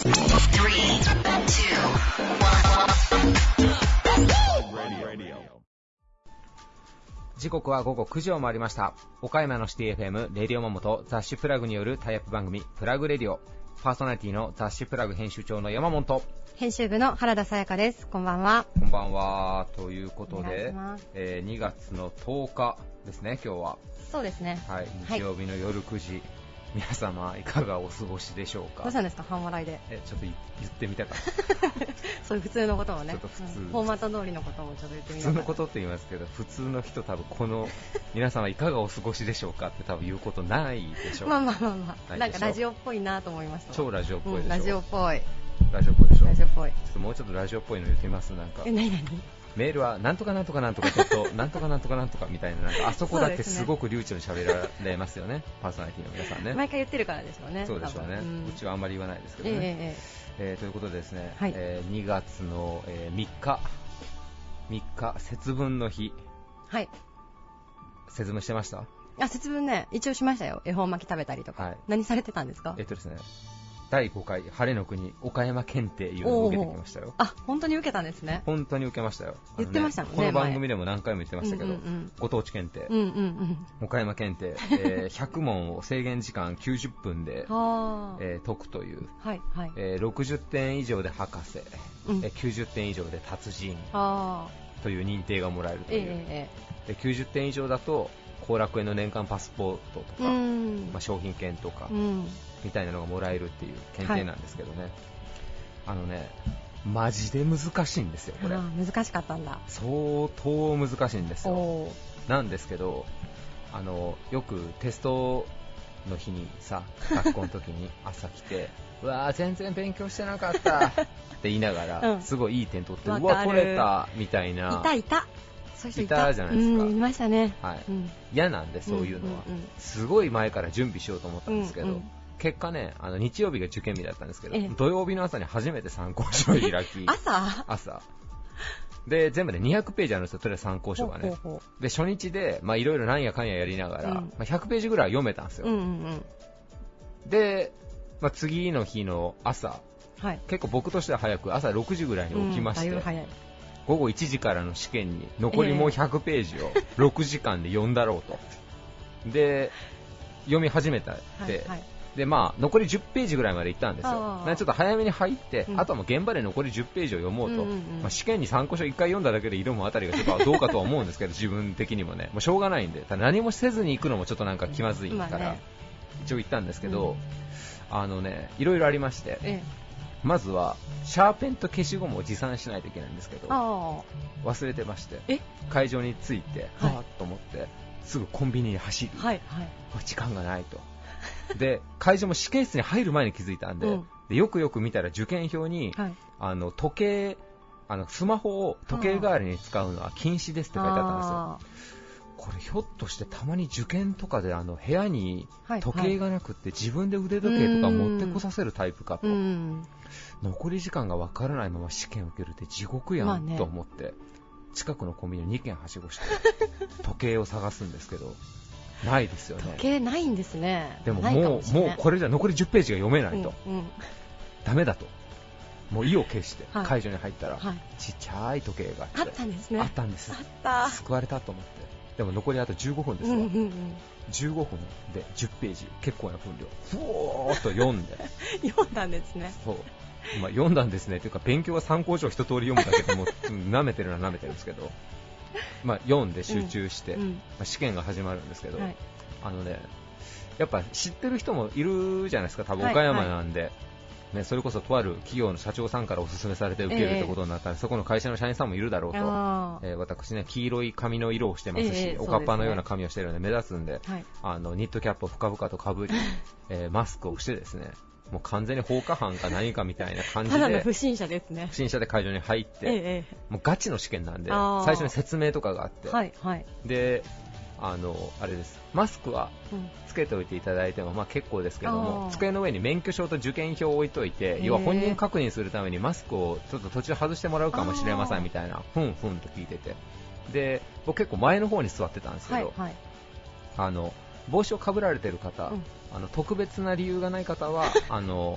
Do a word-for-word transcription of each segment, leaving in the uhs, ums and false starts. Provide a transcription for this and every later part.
時刻は午後くじを回りました。岡山のシティ エフエム レディオモモと雑誌プラグによるタイアップ番組プラグレディオ、パーソナリティの雑誌プラグ編集長の山本と編集部の原田さやかです。こんばんは。 こんばんは。ということで、えー、にがつのとおかですね、今日は。 そうですね、 はい、日曜日の夜くじ、はい、皆様いかがお過ごしでしょうか。 どうしたんですか、半笑いで。 えちょっと言ってみたかったそういう普通のこともね、 ちょっと普通、 うん、フォーマット通りのこともちょっと言ってみたかった。 普通のことって言いますけど、普通の人多分この皆様いかがお過ごしでしょうかって多分言うことないでしょう。 まあまあまあまあ、なんかラジオっぽいなと思いました。 超ラジオっぽいでしょ、うん、 ラジオっぽいラジオっぽいでしょ。 ラジオっぽい。 ちょっともうちょっとラジオっぽいの言ってみます。なんかえ、何何メールはなんとかなんとかなんとかちょっとなんとかなんとかなんとかみたいな、なんかあそこだけすごく流暢に喋られますよね、パーソナリティの皆さんね。 毎回言ってるからでしょうね。 そうでしょうね、うん、うちはあんまり言わないですけどね、えーえー、ということでですね、はい、えー、にがつの、えー、みっかみっか節分の日。はい。節分してました？ あ、節分ね、一応しましたよ。恵方巻き食べたりとか、はい、何されてたんですか？ えっとですねだいごかい晴れの国岡山検定いうのを受けてきましたよ。 あ、本当に受けたんですね。 本当に受けましたよ。 言ってましたもんね。 この番組でも何回も言ってましたけど、うんうんうん、ご当地検定、うんうんうん、岡山検定、えー、ひゃくもんを制限時間きゅうじゅっぷんで、えー、解くという、はいはい、えー、ろくじゅってん以上で博士、うん、えー、きゅうじゅってん以上で達人という認定がもらえるという、えー、できゅうじゅってん以上だと後楽園の年間パスポートとか、まあ、商品券とか、うんみたいなのがもらえるっていう検定なんですけどね、はい、あのねマジで難しいんですよこれ。 あ、難しかったんだ。 相当難しいんですよ。なんですけど、あのよくテストの日にさ、学校の時に朝来てうわー全然勉強してなかったって言いながら、うん、すごいいい点取ってうわ取れたみたいな。 いたいたそういう人いた、 いたじゃないですか。 うん、いましたね、 はい、 うん、 嫌なんでそういうのは、うんうんうん、すごい前から準備しようと思ったんですけど、うんうん、結果ね、あの日曜日が受験日だったんですけど、ええ、土曜日の朝に初めて参考書を開き朝朝で全部でにひゃくページあるんですよ、とりあえず参考書がね。ほうほうほう。で初日でいろいろなんやかんややりながら、うん、まあ、ひゃくページぐらい読めたんですよ、うんうんうん、で、まあ、次の日の朝、はい、結構僕としては早く朝ろくじぐらいに起きまして、うん、早い午後いちじからの試験に残りもうひゃくページをろくじかんで読んだろうと、えー、で読み始めたって、はいはい、でまあ、残りじゅっページぐらいまで行ったんですよ。ちょっと早めに入って、うん、あとはもう現場で残りじゅっページを読もうと、うんうんうん、まあ、試験に参考書いっかい読んだだけで色もあたりがちょっとどうかとは思うんですけど自分的にもね、もうしょうがないんで、ただ何もせずに行くのもちょっとなんか気まずいから、うんまあね、一応行ったんですけど、うん、あのねいろいろありまして、ええ、まずはシャーペンと消しゴムを持参しないといけないんですけど忘れてまして、会場に着いてはぁ、はい、と思ってすぐコンビニに走る、はいはい、時間がないと。で会場も試験室に入る前に気づいたん で,、うん、でよくよく見たら受験票に、はい、あの時計あのスマホを時計代わりに使うのは禁止ですって書いてあったんですよ。これひょっとしてたまに受験とかであの部屋に時計がなくって自分で腕時計とか持ってこさせるタイプかと、残り時間が分からないまま試験を受けるって地獄やん、まあね、と思って近くのコンビニをにけんはしごして時計を探すんですけどないですよね。 時計ないんですね。 でももう、もうこれじゃ残りじゅっページが読めないと、うんうん、ダメだともう意を決して会場に入ったら、はい、ちっちゃい時計があってあったんですね。 あったんです。 あった救われたと思って。でも残りあとじゅうごふんですわ、うんうんうん、じゅうごふんでじゅっページ結構な分量ふおーっと読んで読んだんですね。 そう、まあ、読んだんですねというか勉強は参考書を一通り読むだけでも舐めてるのは舐めてるんですけど、まあ、読んで集中して、うんうんまあ、試験が始まるんですけど、はい、あのねやっぱ知ってる人もいるじゃないですか、多分岡山なんで、はいはいね、それこそとある企業の社長さんからお勧めされて受けるってことになったら、えー、そこの会社の社員さんもいるだろうと、えー、私ね黄色い髪の色をしてますし、えー、おかっぱのような髪をしているので目立つんで、はい、あのニットキャップを深々とかぶり、えー、マスクをしてですねもう完全に放火犯か何かみたいな感じでただの不審者ですね。 不審者で会場に入って、えー、もうガチの試験なんで最初に説明とかがあって、はいはい、であのあれですマスクはつけておいていただいても、まあ、結構ですけども、机の上に免許証と受験票を置いといて、要は本人確認するためにマスクをちょっと途中外してもらうかもしれませんみたいなふんふんと聞いてて、で僕結構前の方に座ってたんですけど、はいはい、あの帽子をかぶられてる方、うん、あの特別な理由がない方はあの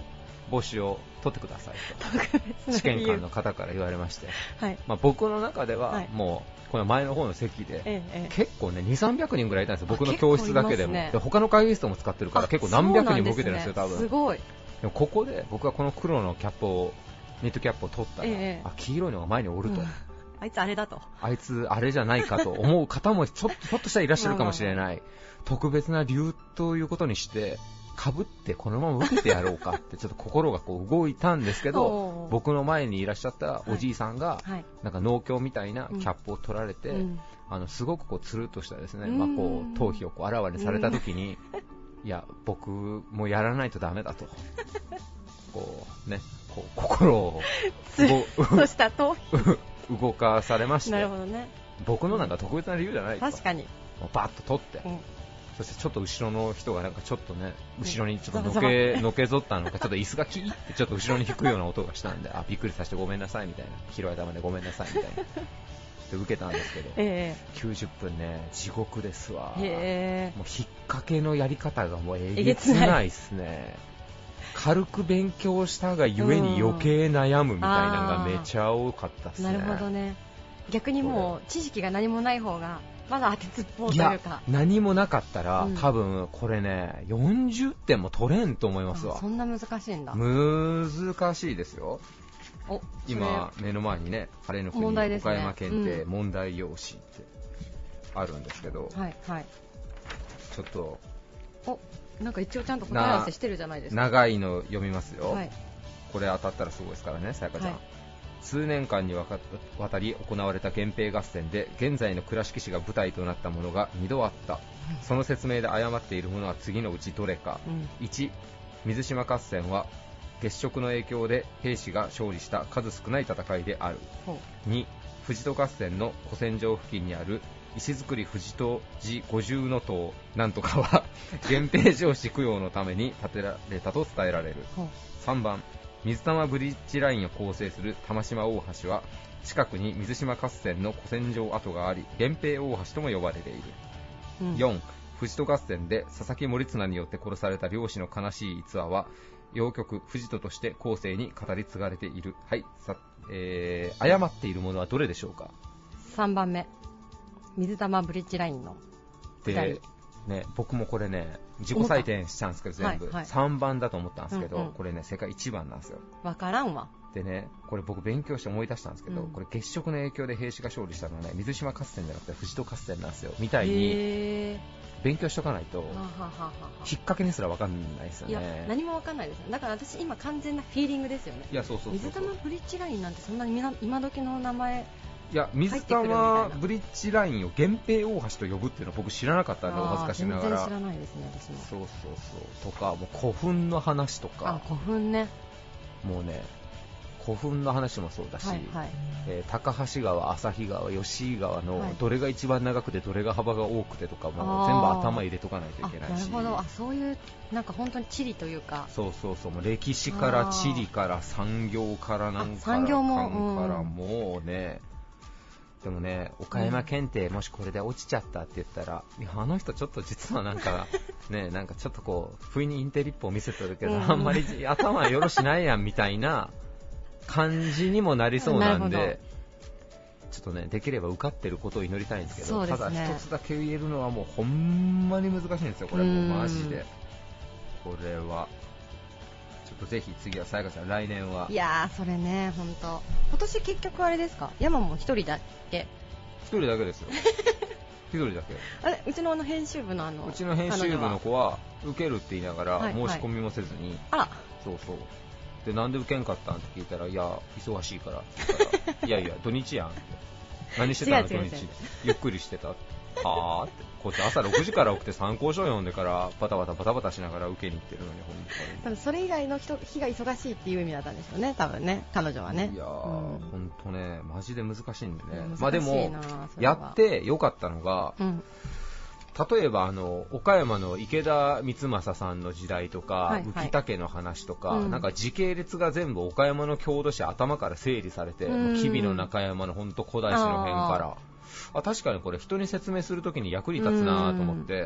帽子を取ってくださいと試験官の方から言われまして、はいまあ、僕の中ではもうこの前の方の席で、ええ、結構ねにせんさんびゃくにんぐらいいたんですよ、僕の教室だけでも、ね、で他の会議室も使ってるから結構何百人も受けてるんですよ、多分。 すごい。 でもここで僕がこの黒のキャップをニットキャップを取ったら、ええ、あ黄色いのが前におると、うん、 あいつあれだと、 あいつあれじゃないかと思う方もちょっとひょっとしたらいらっしゃるかもしれない特別な理由ということにしてかぶってこのまま受けてやろうかってちょっと心がこう動いたんですけど僕の前にいらっしゃったおじいさんが、はい、なんか農協みたいなキャップを取られて、うん、あのすごくこうつるっとしたですね、まあ、こう頭皮をこうあらわにされた時にいや僕もやらないとダメだとこうねこう心をとした頭皮動かされまして、 なるほどね、 僕のなんか特別な理由じゃないと、 確かにもうバッと取って、うん、そしてちょっと後ろの人がなんかちょっとね後ろにちょっとのけ、のけぞったのかちょっと椅子がキーってちょっと後ろに引くような音がしたんであびっくりさせてごめんなさいみたいな、広い頭でごめんなさいみたいなで受けたんですけど、えー、きゅうじゅっぷんね地獄ですわ、えー、もう引っ掛けのやり方がもうえげつないですね軽く勉強したがゆえに余計悩むみたいなのがめちゃ多かったですね。 なるほどね、逆にもう知識が何もない方がまだ当てつっぽうというか、 いや何もなかったら、うん、多分これねよんじゅってんも取れんと思いますわ。 そんな難しいんだ。 難しいですよ。お今目の前にね晴れの国、ね、岡山県で問題用紙ってあるんですけど、うんはいはい、ちょっとおなんか一応ちゃんと答え合わせしてるじゃないですか。 長いの読みますよ、はい、これ当たったらすごいですからね、さやかちゃん、はい、数年間にわたり行われた源平合戦で現在の倉敷市が舞台となったものがにどあった。その説明で誤っているものは次のうちどれか、うん、いち水島合戦は月食の影響で兵士が勝利した数少ない戦いである。に富士戸合戦の古戦場付近にある石造り富士戸寺五重塔なんとかは源平城址供養のために建てられたと伝えられる。さんばん水玉ブリッジラインを構成する玉島大橋は近くに水島合戦の古戦場跡があり源平大橋とも呼ばれている。うん、よん富士戸合戦で佐々木盛綱によって殺された漁師の悲しい逸話は謡曲富士戸として後世に語り継がれている。はい、さ、えー、誤っているものはどれでしょうか。 さんばんめ水玉ブリッジラインので、ね、僕もこれね自己採点したんですけど全部、はいはい、さんばんだと思ったんですけど、うんうん、これね世界いちばんなんですよ。 わからんわ。 でねこれ僕勉強して思い出したんですけど、うん、これ月食の影響で兵士が勝利したのはね水島合戦じゃなくて富士戸合戦なんですよみたいに勉強しとかないと引っ掛けにすら分かんないですよね。いや何も分かんないですよ。だから私今完全なフィーリングですよね。 いやそうそうそうそう、 水玉ブリッジラインなんてそんなに今時の名前いや水玉ブリッジラインを源平大橋と呼ぶっていうのは僕知らなかったんでお恥ずかしながら。 全然知らないですね私も。 そうそうそうとかもう古墳の話とか。 あ古墳ね。 もうね古墳の話もそうだし、はいはいえー、高橋川、旭川、吉井川のどれが一番長くてどれが幅が多くてとかも全部頭入れとかないといけないし。 なるほど。あそういうなんか本当に地理というかそうそうそうもう歴史から地理から産業からなんから産業も、 うん、からもうねでもね岡山県ってもしこれで落ちちゃったって言ったら、うん、いやあの人ちょっと実はなんかねなんかちょっとこう不意にインテリップを見せてるけど、うん、あんまり頭よろしないやんみたいな感じにもなりそうなんでちょっとねできれば受かってることを祈りたいんですけど、ね、ただ一つだけ言えるのはもうほんまに難しいんですよこれもうマジでこれはちょっとぜひ次はさやかちゃん来年は。 いやーそれね本当今年結局あれですか山も一人だけ。 一人だけですよ一人だけ。 あれうちのあの編集部のあのうちの編集部の子は受けるって言いながら申し込みもせずに、はいはい、 あらそうそうでなんで受けんかったんって聞いたらいや忙しいからって言ったらいやいや土日やんって何してたの土日ゆっくりしてたはぁってこうやって朝ろくじから起きて参考書読んでからバタバタバタバタしながら受けに行ってるのに本当に多分それ以外の人日が忙しいっていう意味だったんですよね多分ね彼女はね。 いやー、うん、本当ねマジで難しいんでね。まあでもやってよかったのが、うん例えばあの岡山の池田光政さんの時代とか、はいはい、浮田家の話とか、うん、なんか時系列が全部岡山の郷土史頭から整理されて、吉備の中山の本当古代史の辺からあ確かにこれ人に説明するときに役に立つなと思って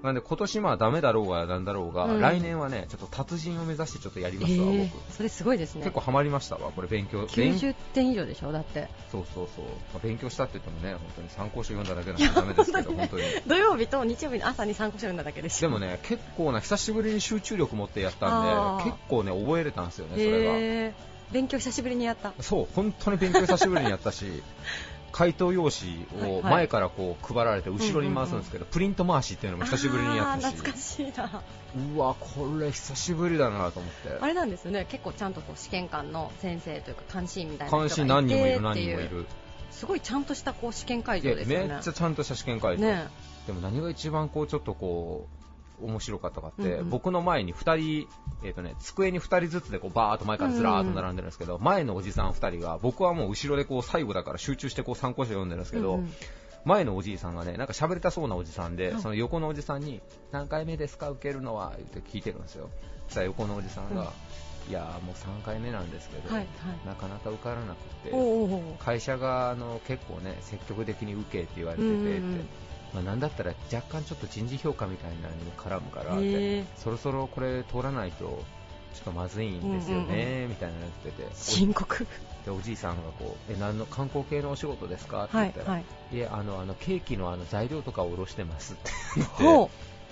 なんで今年まあダメだろうがなんだろうが、うん、来年はねちょっと達人を目指してちょっとやりますわ、えー、僕。 それすごいですね。 結構ハマりましたわこれ。勉強きゅうじゅってん以上でしょだって。 そうそうそう、まあ、勉強したって言ってもね本当に参考書読んだだけなんでダメですけど、本当に土曜日と日曜日の朝に参考書読んだだけです。 でもね結構な久しぶりに集中力持ってやったんで結構ね覚えれたんですよねそれが。 えー、勉強久しぶりにやった。 そう本当に勉強久しぶりにやったし回答用紙を前からこう配られて後ろに回すんですけど、プリント回しっていうのも久しぶりにやったし、 懐かしいな。 うわこれ久しぶりだなと思って。 あれなんですよね、結構ちゃんとこう試験官の先生というか監視員みたいな人がいて、 監視何人もいる何人もいる、 すごいちゃんとしたこう試験会場ですよね。 めっちゃちゃんとした試験会場、ね、でも何が一番こうちょっとこう面白かったかって、うんうん、僕の前にふたり、えーとね、机にふたりずつでこうバーっと前からずらーっと並んでるんですけど、うんうん、前のおじさんふたりが、僕はもう後ろでこう最後だから集中してこう参考書読んでるんですけど、うんうん、前のおじいさんがねなんか喋りたそうなおじさんで、うん、その横のおじさんに何回目ですか受けるのは言って聞いてるんですよ。そしたら横のおじさんが、うん、いやもうさんかいめなんですけど、はいはい、なかなか受からなくて、おうおう会社があの結構ね積極的に受けって言われてて、うんうん、まあ、なんだったら若干ちょっと人事評価みたいなのにも絡むからってそろそろこれ通らないとちょっとまずいんですよね、うんうんうん、みたいなの言ってて、 深刻でおじいさんがこうえ何の観光系のお仕事ですかって言ったら、はいはい、いやあのあのケーキのあの材料とかを卸してますって言って、うん、多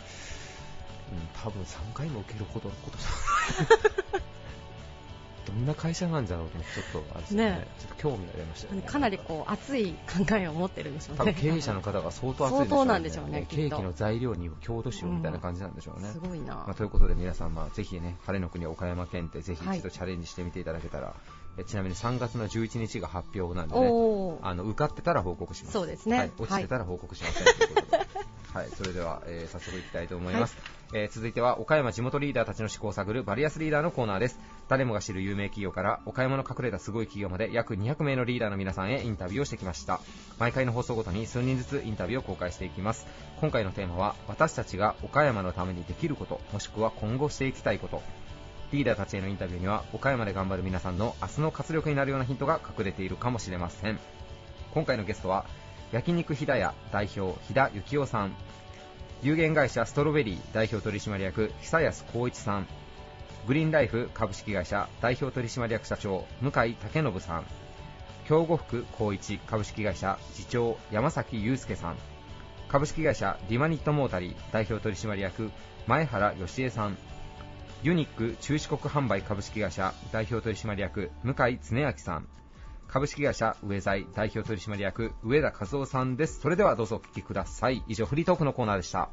分さんかいも受けるほどのことだどんな会社なんだろうと思ってちょっとあれですね、ねちょっと興味が出ましたよね。 かなりこう熱い考えを持ってるんでしょうね。 多分経営者の方が相当熱いんでしょうね。 相当なんでしょうね。 ケーキの材料に郷土塩みたいな感じなんでしょうね。 うん、すごいな、 まあ、ということで皆さん、まあ、ぜひね晴れの国岡山県ってぜひ一度チャレンジしてみていただけたら、はい、えちなみにさんがつのじゅういちにちが発表なんでね、あの受かってたら報告します。 そうですね、 はい、落ちてたら報告しません、はい、ということではい、それでは、えー、早速いきたいと思います、はい。えー、続いては岡山地元リーダーたちの思考を探るバリアスリーダーのコーナーです。誰もが知る有名企業から岡山の隠れたすごい企業まで約にひゃくめいのリーダーの皆さんへインタビューをしてきました。毎回の放送ごとに数人ずつインタビューを公開していきます。今回のテーマは私たちが岡山のためにできること、もしくは今後していきたいこと。リーダーたちへのインタビューには岡山で頑張る皆さんの明日の活力になるようなヒントが隠れているかもしれません。今回のゲストは焼肉ひだや代表飛田幸雄さん、有限会社ストロベリー代表取締役久安光一さん、グリーンライフ株式会社代表取締役社長向井武信さん、兵庫福光一株式会社次長山崎祐介さん、株式会社ディマニットモータリー代表取締役前原義恵さん、ユニック中四国販売株式会社代表取締役向井恒明さん、株式会社上財代表取締役上田和夫さんです。それではどうぞお聞きください。以上フリートークのコーナーでした。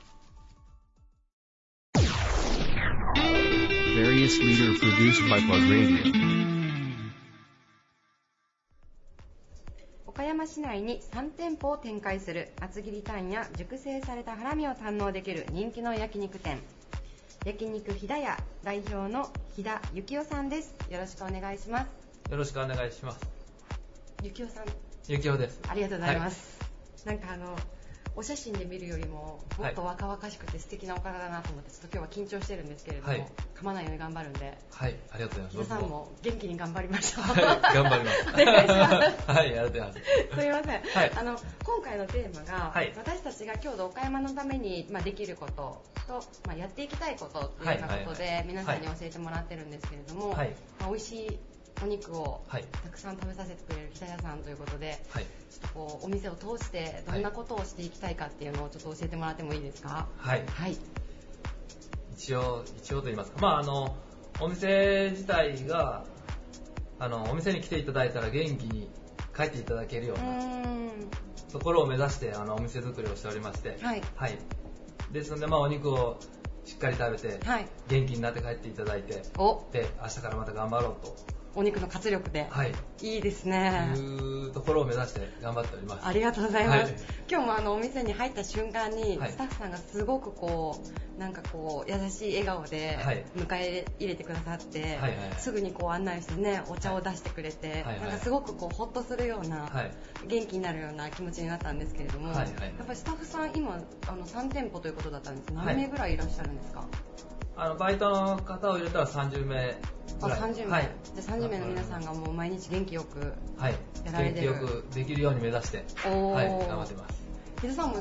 岡山市内にさんてんぽを展開する厚切りタンや熟成されたハラミを堪能できる人気の焼肉店、焼肉ひだや代表の飛田幸雄さんです。よろしくお願いします。 よろしくお願いします。 幸雄さん。 幸雄です。 ありがとうございます。はい、なんかあのお写真で見るよりももっと若々しくて素敵なお体だなと思って、ちょっと今日は緊張してるんですけれども、はい、噛まないように頑張るんで。 はい、ありがとうございます。 皆さんも元気に頑張りましょう。 はい、頑張ります。 お願いします。 はい、ありがとうございます。 すみません。 はい、 あの今回のテーマが、はい、私たちが今日の岡山のために、まあ、できることと、まあ、やっていきたいことというようなことで、はいはいはい、皆さんに教えてもらってるんですけれども、はい、まあ、美味しいお肉をたくさん食べさせてくれる北屋さんということで、はい、ちょっとこうお店を通してどんなことをしていきたいかっていうのをちょっと教えてもらってもいいですか？ はい、 はい、 一応一応と言いますか、まあ、あのお店自体があのお店に来ていただいたら元気に帰っていただけるようなところを目指してあのお店作りをしておりまして、はいはい、ですので、まあ、お肉をしっかり食べて、はい、元気になって帰っていただいて、おで明日からまた頑張ろうと、 お肉の活力で、はい、いいですね。 というところを目指して頑張っております。 ありがとうございます。はい、今日もあのお店に入った瞬間に、はい、スタッフさんがすごくこうなんかこう優しい笑顔で迎え入れてくださって、はいはいはい、すぐにこう案内してねお茶を出してくれて、はいはい、なんかすごくこうホッとするような、はい、元気になるような気持ちになったんですけれども、はいはいはい、やっぱりスタッフさん今あのさんてんぽということだったんです。何名ぐらいいらっしゃるんですか？はい、 あのバイトの方を入れたらさんじゅうめいぐらい。 あ、さんじゅうめい、はい、じゃあさんじゅうめいの皆さんがもう毎日元気よくやられてる、 はい、元気よくできるように目指して、はい、頑張ってます。 木戸さんもじゃあ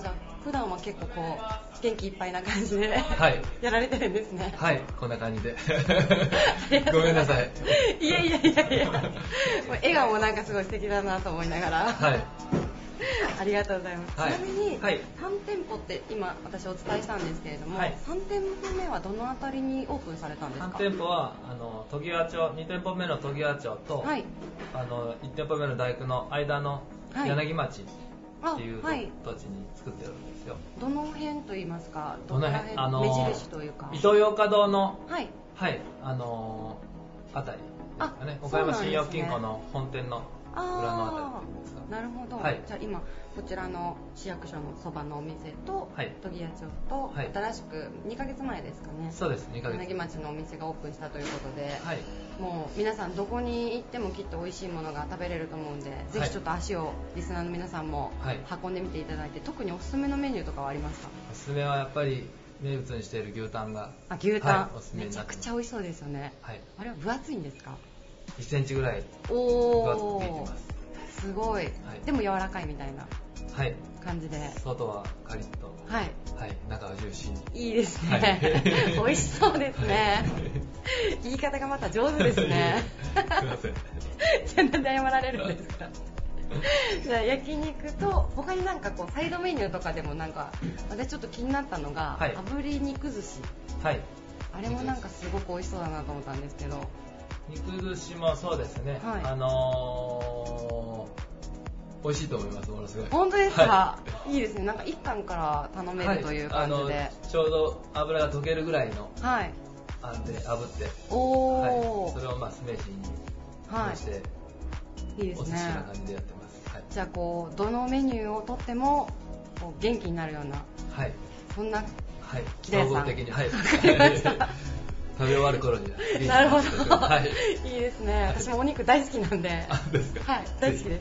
普段は結構こう元気いっぱいな感じで、 はい、 やられてるんですね。 はい、こんな感じでごめんなさい。 いやいやいやいや笑顔もなんかすごい素敵だなと思いながら、 はいありがとうございます。はい、ちなみに、 はい、 さん店舗って今私お伝えしたんですけれども、はい、さん店舗目はどのあたりにオープンされたんですか？ さん店舗はあの常盤町、に店舗目の常盤町と、はい、あのいち店舗目の大工の間の柳町っていう、はい、土地に作ってるんですよ。 どの辺と言いますか？どの辺、あの目印というか、 伊東洋華堂の、 はい、 はい、あのー、あたりですかね。岡山信用金庫の本店の裏のあたりですか。 なるほど、はい、じゃあ今こちらの市役所のそばのお店と、はい、常盤町と、はい、新しくにかげつまえですかね。 そうです、にかげつ柳町のお店がオープンしたということで、 はい、 もう皆さんどこに行ってもきっと美味しいものが食べれると思うんで、はい、ぜひちょっと足をリスナーの皆さんも運んでみていただいて、特におすすめのメニューとかはありますか？ おすすめはやっぱり名物にしている牛タンが、 あ、牛タン、 はい、おすすめになってます。 めちゃくちゃ美味しそうですよね、はい、あれは分厚いんですか？ いっセンチぐらい分厚くできてます。 すごい、はい、でも柔らかいみたいな感じで、 はい、外はカリッと、 はい、 はい、中はジューシーに。 いいですね、はい、美味しそうですね、はい、言い方がまた上手ですねすいませんじゃあなんで謝られるんですか？じゃあ焼肉と他になんかこうサイドメニューとかでもなんか私ちょっと気になったのが、はい、炙り肉寿司、はい、あれもなんかすごく美味しそうだなと思ったんですけど。 肉寿司もそうですね、はい、あのー、美味しいと思います。ものすごい。 本当ですか？はい、いいですね。なんか一貫から頼めるという感じで、はい、 ちょうど油が溶けるぐらいの、 はい、 あんで炙って、 おー、 はい、それをまあ酢飯にはいして、いいですね、お寿司な感じでやってます。はい、 じゃあこうどのメニューをとってもこう元気になるような、 はい、 そんな木田屋さん、 総合的に、はい、 わかりました食べ終わる頃にはなるほど、はい、いいですね。私もお肉大好きなんで、 あ、ですか、 はい、大好きです。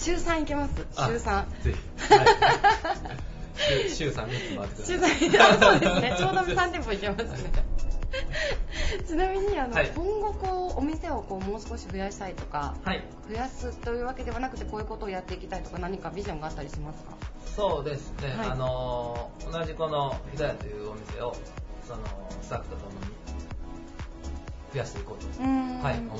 週さん行けます。週さん。 ぜひ。はい、週さんみっつ回ってください。 週さん、そうですね。ちょうどさん店舗行けますね。ちなみにあの、はい、今後こうお店をこうもう少し増やしたいとか、はい、増やすというわけではなくてこういうことをやっていきたいとか何かビジョンがあったりしますか？ そうですね。はい、あの同じこの日田屋というお店をそのスタッフとともに増やしていこうと、はい、思っております。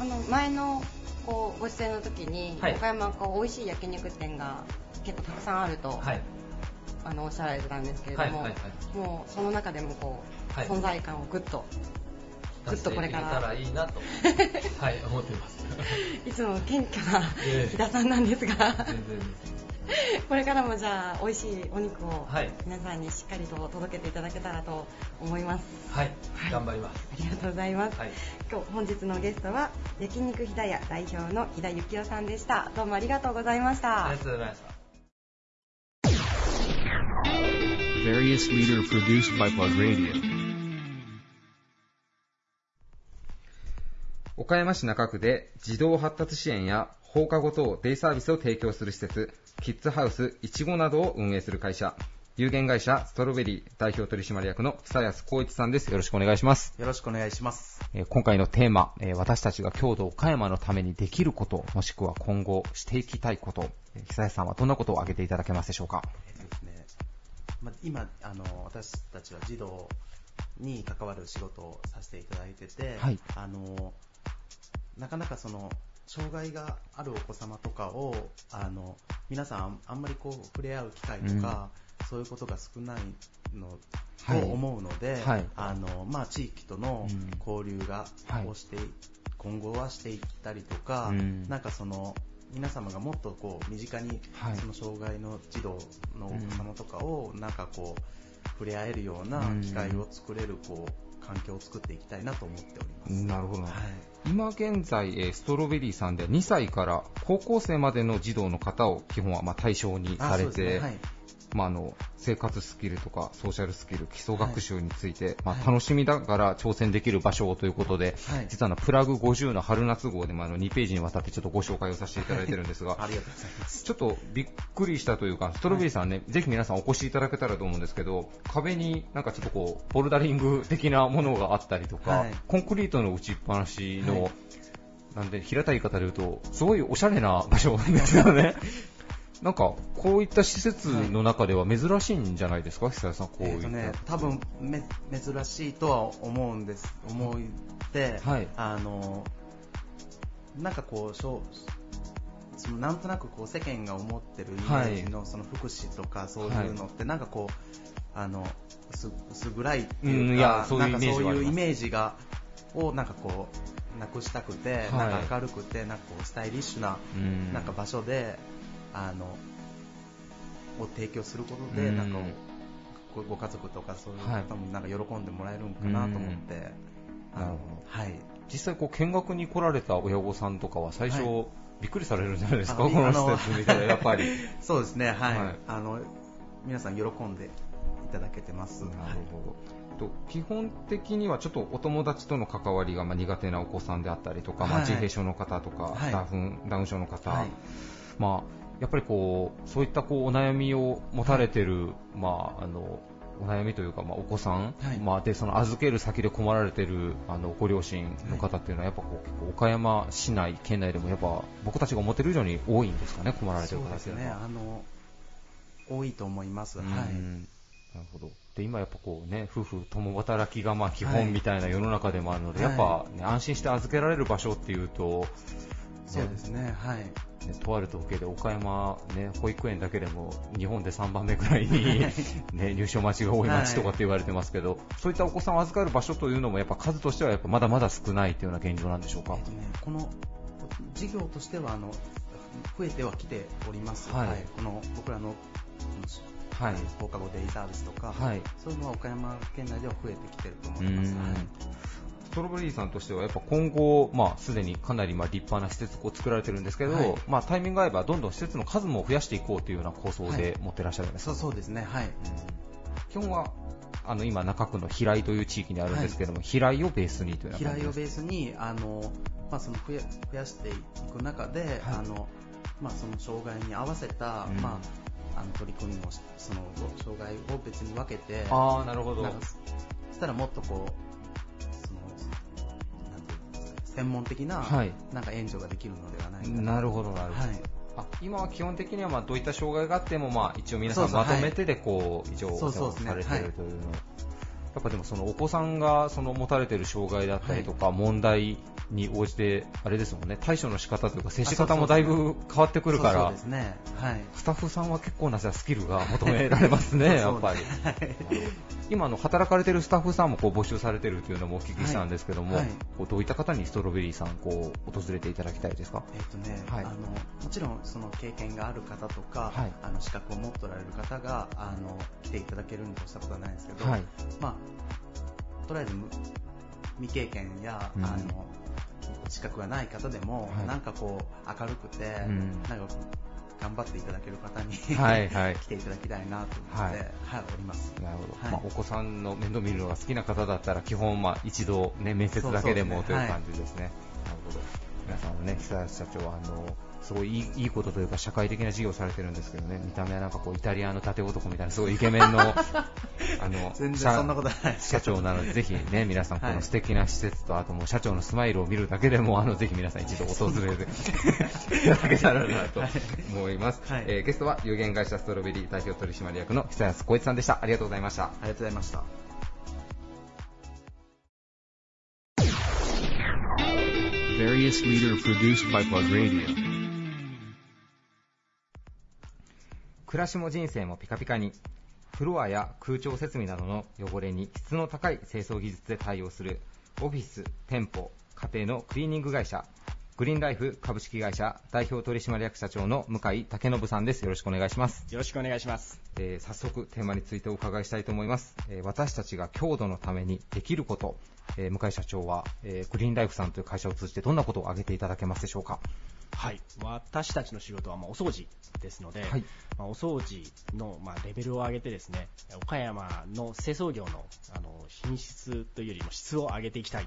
あの前のこうご出演の時に、はい、岡山はこう美味しい焼肉店が結構たくさんあると、はい、あのおっしゃられてたんですけれども、はいはいはい、もうその中でもこう、はい、存在感をグッとグッとこれから出していけたらいいなとはい思っています。 いつも謙虚な日田さんなんですが、全然これからもじゃあ美味しいお肉を皆さんにしっかりと届けていただけたらと思います。 はい、はい、頑張ります。 ありがとうございます。はい、今日本日のゲストは焼肉日田屋代表の日田幸雄さんでした。どうもありがとうございました。 ありがとうございました。 Various Leader produced by Plug Radio。岡山市中区で児童発達支援や放課後等デイサービスを提供する施設、キッズハウスいちごなどを運営する会社、有限会社ストロベリー代表取締役の久安光一さんです。よろしくお願いします。 よろしくお願いします。 えー、今回のテーマ、えー、私たちが郷土岡山のためにできること、もしくは今後していきたいこと、えー、久安さんはどんなことを挙げていただけますでしょうか。 えーですねまあ、今あの私たちは児童に関わる仕事をさせていただいてて、はい、あのなかなかその障害があるお子様とかをあの皆さんあんまりこう触れ合う機会とか、うん、そういうことが少ないのと思うので、はいはい、あのまあ、地域との交流が、うん、をして今後はしていったりとか、うん、なんかその皆様がもっとこう身近にその障害の児童のお子様とかをなんかこう触れ合えるような機会を作れるこう環境を作っていきたいなと思っております。 なるほど、はい、今現在ストロベリーさんでにさいから高校生までの児童の方を基本はまあ対象にされて、はい、まあ、あの生活スキルとかソーシャルスキル、基礎学習について、はい、まあ、楽しみながら挑戦できる場所ということで、はい、実はのプラグごじゅうの春夏号でもあのにページにわたってちょっとご紹介をさせていただいてるんですが、 はい、ありがとうございます。 ちょっとびっくりしたというか、ストロベリーさんね、はい、ぜひ皆さんお越しいただけたらと思うんですけど、壁になんかちょっとこうボルダリング的なものがあったりとか、はい、コンクリートの打ちっぱなしの、はい、なんで平たい言い方で言うとすごいおしゃれな場所なんですよね。 なんかこういった施設の中では珍しいんじゃないですか、久谷さん。こういった、えーとね、 多分め珍しいとは思うんです思って、はい、あのなんかこうそのなんとなくこう世間が思ってるイメージのその福祉とかそういうのってなんかこうあの薄暗いっていうか、うん、なんかそういうイメージがをなんかこうなくしたくて、はい、なんか明るくてなんかこうスタイリッシュな、うん、なんか場所であのを提供することで、うん、なんかご, ご家族とかそういう方もなんか喜んでもらえるんかなと思って、はい、あのはい、 実際こう見学に来られた親御さんとかは最初、はい、びっくりされるんじゃないですか、この施設見てやっぱりそうですね、はい、はい、あの皆さん喜んでいただけてます。なるほど。と基本的にはちょっとお友達との関わりがまあ苦手なお子さんであったりとか、はい、まあ、自閉症の方とか、はい、ダウン、ダウン症の方、はい、まあ、やっぱりこうそういったこうお悩みを持たれてる、はい、まあ、あのお悩みというか、まあ、お子さん、はい、まあ、でその預ける先で困られているあのご両親の方っていうのはやっぱこう岡山市内県内でもやっぱ僕たちが思っている以上に多いんですかね、困られている方っていうのは。 そうですね、あの多いと思います。はい、なるほど。で今やっぱこうね、夫婦共働きがまあ基本みたいな世の中でもあるので、はい、やっぱ、ね、安心して預けられる場所っていうと、ね、 そうですね、はい、ね、 とある統計で岡山、ね、保育園だけでも日本でさんばんめくらいに、ね、入所待ちが多い町とかって言われてますけど、はい、そういったお子さんを預かる場所というのもやっぱ数としてはやっぱまだまだ少ないというような現状なんでしょうか。 えーとね、この事業としてはあの増えてはきております。はいはい、この僕らのはい、放課後デイサービスとか、はい、そういうのは岡山県内では増えてきていると思います。はい、 ストロベリーさんとしてはやっぱ今後、まあ、すでにかなりまあ立派な施設を作られてるんですけど、はい、まあ、タイミングが合えばどんどん施設の数も増やしていこうというような構想で持ってらっしゃるんですか。 はい、そうそうですね、はい、 基本はあの今中区の平井という地域にあるんですけども、はい、平井をベースにというような感じです。 平井をベースにあの、まあ、その増や、増やしていく中で、はい、あのまあ、その障害に合わせた、うん、まああの取り組みをしその障害を別に分けて、 あ、なるほど。 なんかそしたらもっとこうそのなんていうんですか、専門的な、はい、なんか援助ができるのではないかな。 なるほどなるほど。はい、あ、今は基本的にはまあどういった障害があってもまあ一応皆さんまとめてでこう一応お世話されているというの。やっぱでもそのお子さんがその持たれている障害だったりとか問題に応じてあれですもんね、対処の仕方というか接し方もだいぶ変わってくるから、スタッフさんは結構なスキルが求められますねやっぱり。今の働かれているスタッフさんもこう募集されているというのもお聞きしたんですけども、はいはい、こうどういった方にストロベリーさんこう訪れていただきたいですか。 えーとねはい、あのもちろんその経験がある方とか、はい、あの資格を持っておられる方があの来ていただけるにとしたことはないんですけど、はい、まあ、とりあえず未経験や、うん、あの資格がない方でも、はい、なんかこう明るくて、うん、なんか頑張っていただける方にはい、はい、来ていただきたいなと思って、はいはい、おります。 なるほど。はい、まあ、お子さんの面倒見るのが好きな方だったら基本、まあ、一度、ね、面接だけでもそうそう、ね、という感じですね。はい、なるほど。皆さんのね、久谷社長はあのすごいいい、いいことというか社会的な事業をされてるんですけどね、見た目はなんかこうイタリアの伊達男みたいなすごいイケメンのあの全然そんなことない社長なので、ぜひね皆さんこの素敵な施設と、はい、あともう社長のスマイルを見るだけでもあのぜひ皆さん一度訪れていただけたらなと思います。はい、えー、ゲストは有限会社ストロベリー代表取締役の久安光一さんでした。ありがとうございました。ありがとうございました。 Various leader produced by Plug Radio。 暮らしも人生もピカピカに。フロアや空調設備などの汚れに質の高い清掃技術で対応するオフィス、店舗、家庭のクリーニング会社グリーンライフ株式会社代表取締役社長の向井武信さんです。よろしくお願いします。 よろしくお願いします。 えー、早速テーマについてお伺いしたいと思います。えー、私たちが強度のためにできること、えー、向井社長は、えー、グリーンライフさんという会社を通じてどんなことを挙げていただけますでしょうか。 はい、私たちの仕事はまあお掃除ですので、はい、まあ、お掃除のまあレベルを上げてですね、岡山の清掃業のあの品質というよりも質を上げていきたいと思っています。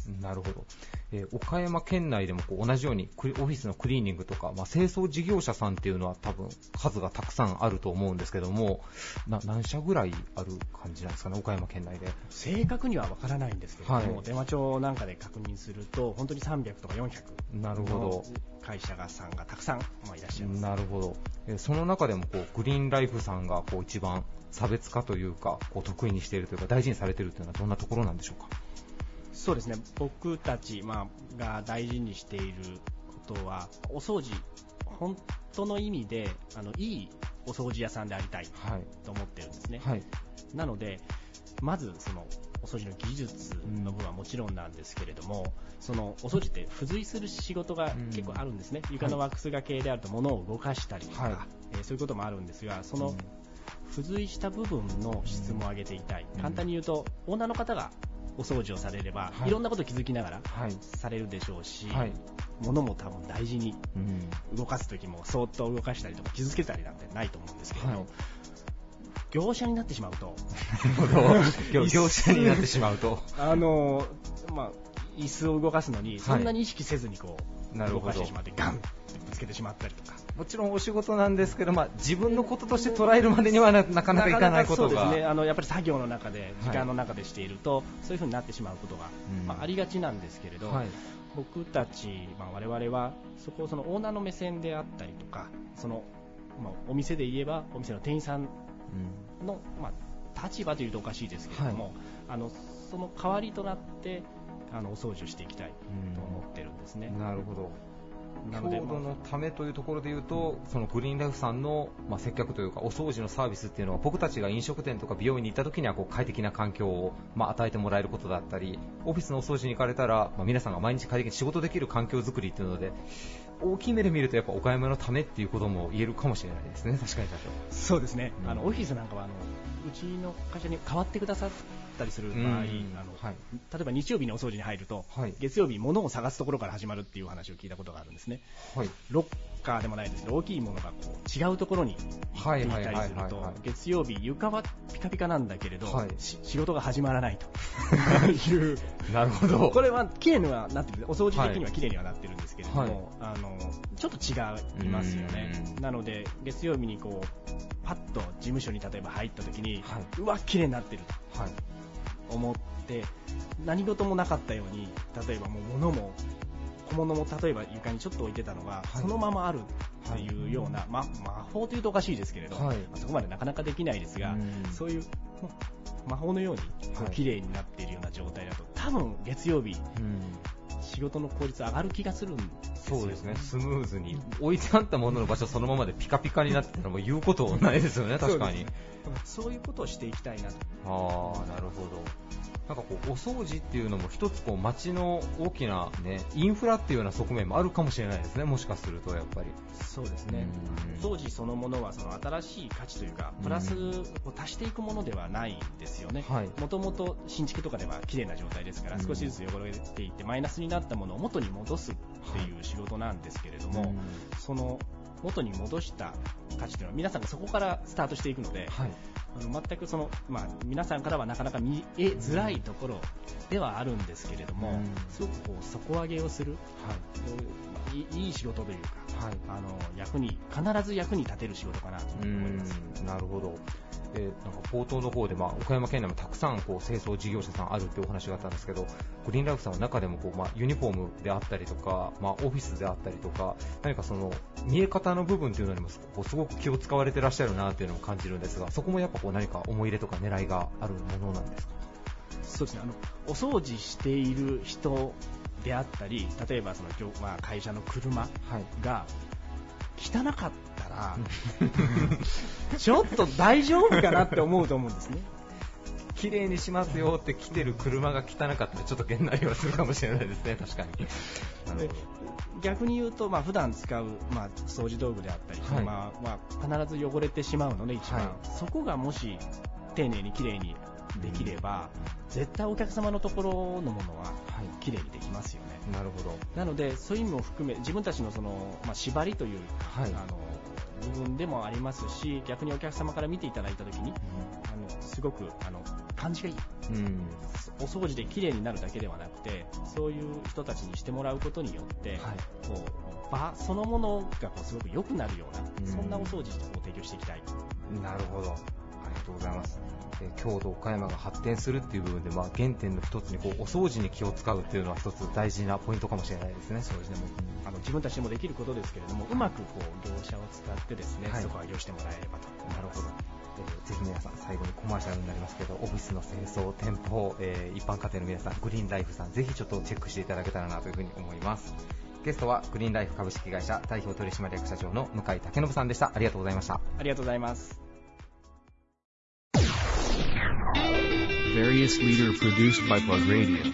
なるほど。えー、岡山県内でもこう同じようにオフィスのクリーニングとか、まあ、清掃事業者さんっていうのは多分数がたくさんあると思うんですけども、な何社ぐらいある感じなんですかね、岡山県内で。 正確にはわからないんですけれども、はい、電話帳なんかで確認すると本当にさんびゃくとかよんひゃくの会社さんがたくさん、まあ、いらっしゃいます。 なるほど。えー、その中でもこうグリーンライフさんがこう一番差別化というかこう得意にしているというか大事にされているというのはどんなところなんでしょうか。 そうですね、僕たち、まあ、が大事にしていることはお掃除、本当の意味であのいいお掃除屋さんでありたいと思ってるんですね、はい、なのでまずそのお掃除の技術の部分はもちろんなんですけれども、うん、そのお掃除って付随する仕事が結構あるんですね、うん、床のワックスがけであると物を動かしたりとか、はい、えー、そういうこともあるんですが、その付随した部分の質も上げていたい、うん、簡単に言うとオーナーの方がお掃除をされれば、はい、いろんなこと気づきながらされるでしょうし、はい、物も多分大事に動かすときもそーっと動かしたりとか傷つけたりなんてないと思うんですけども、はい、業者になってしまうと業者になってしまうとあの、まあ、椅子を動かすのにそんなに意識せずにこう、はい、動かしてしまってガンってぶつけてしまったりとか、 もちろんお仕事なんですけど、まあ、自分のこととして捉えるまでには な, なかなかいかないことが、 なかなかそうですね、あのやっぱり作業の中で時間の中でしていると、はい、そういう風になってしまうことが、うん、まあ、ありがちなんですけれど、はい、僕たち、まあ、我々はそこをそのオーナーの目線であったりとか、その、まあ、お店で言えばお店の店員さんの、まあ、立場というとおかしいですけれども、はい、あのその代わりとなってあのお掃除をしていきたいと思ってるんですね、 うん、なるほど。強度のためというところでいうと、そのグリーンライフさんの、まあ、接客というかお掃除のサービスっていうのは僕たちが飲食店とか美容院に行った時にはこう快適な環境を、まあ、与えてもらえることだったり、オフィスのお掃除に行かれたら、まあ、皆さんが毎日快適に仕事できる環境づくりっていうので、大きい目で見るとやっぱ岡山のためっていうことも言えるかもしれないですね。確かに社長。 そうですね、うん、あのオフィスなんかはあのうちの会社に代わってくださったりする場合、うん、あのはい、例えば日曜日にお掃除に入ると、はい、月曜日物を探すところから始まるっていう話を聞いたことがあるんですね、はい、ロッカーでもないですけど大きいものがこう違うところに行っていたりすると、月曜日床はピカピカなんだけれど、はい、仕事が始まらないというなるほど。 これは綺麗にはなってる、お掃除的には綺麗にはなってるんですけれども、はい、あのちょっと違いますよね。なので月曜日にこうパッと事務所に例えば入った時に、はい、うわ綺麗になってると、はい、思って何事もなかったように、例えばもう物も小物も例えば床にちょっと置いてたのが、はい、そのままあるっていうような、ま、魔法というとおかしいですけれど、はい、そこまでなかなかできないですが、そういう魔法のようにこう綺麗になっているような状態だと、多分月曜日、仕事の効率上がる気がするんですよ。 そうですね、スムーズに置いてあったものの場所そのままでピカピカになってたのも言うことないですよね。確かにそう、そういうことをしていきたいなと。 ああ、なるほど。なんかこうお掃除っていうのも一つこう街の大きな、ね、インフラっていうような側面もあるかもしれないですね。もしかするとやっぱりそうですね。お掃除そのものはその新しい価値というかプラスを足していくものではないんですよね。もともと新築とかでは綺麗な状態ですから、少しずつ汚れていってマイナスになったものを元に戻すっていう仕事なんですけれども、その元に戻した価値というのは皆さんがそこからスタートしていくので、はい、あの全くその、まあ、皆さんからはなかなか見えづらいところではあるんですけれども、うん、すごくこう底上げをする、はい、いい仕事というか、はい、あの役に必ず役に立てる仕事かなと思います。 なるほど。えー、なんか冒頭の方で、まあ、岡山県内もたくさんこう清掃事業者さんあるっていうお話があったんですけど、グリーンライフさんの中でもこう、まあ、ユニフォームであったりとか、まあ、オフィスであったりとか、何かその見え方の部分というのにもこうすごく気を使われてらっしゃるなというのを感じるんですが、そこもやっぱこう何か思い入れとか狙いがあるものなんですか？ そうですね、あのお掃除している人であったり、例えばその、まあ、会社の車が汚かったら、ちょっと大丈夫かなって思うと思うんですね。 綺麗にしますよって来てる車が汚かったらちょっとげんなりはするかもしれないですね。確かに。 逆に言うと、まあ、普段使う、まあ、掃除道具であったり、はい、まあまあ、必ず汚れてしまうので一番、はい、そこがもし丁寧に綺麗にできれば、うん、絶対お客様のところのものは綺麗にできますよね。 なるほど。 なのでそういう意味も含め自分たちのその、まあ、縛りという、はい、あの部分でもありますし、逆にお客様から見ていただいたときに、うん、あのすごくあの感じがいい、うん、お掃除で綺麗になるだけではなくて、そういう人たちにしてもらうことによって、はい、こう場そのものがこうすごく良くなるような、うん、そんなお掃除を提供していきたい。 なるほど、ありがとうございます。郷土岡山が発展するっていう部分で、まあ、原点の一つにこうお掃除に気を使うっていうのは一つ大事なポイントかもしれないですね。 そうですね。もうあの自分たちでもできることですけれども、うまくこう業者を使ってですね、はい、そこは利用してもらえればと。 なるほど。えー、ぜひ皆さん最後にコマーシャルになりますけど、オフィスの清掃、店舗、えー、一般家庭の皆さん、グリーンライフさん、ぜひちょっとチェックしていただけたらなというふうに思います。ゲストはグリーンライフ株式会社代表取締役社長の向井武信さんでした。ありがとうございました。 ありがとうございます。 Various Leader produced by Plug Radio。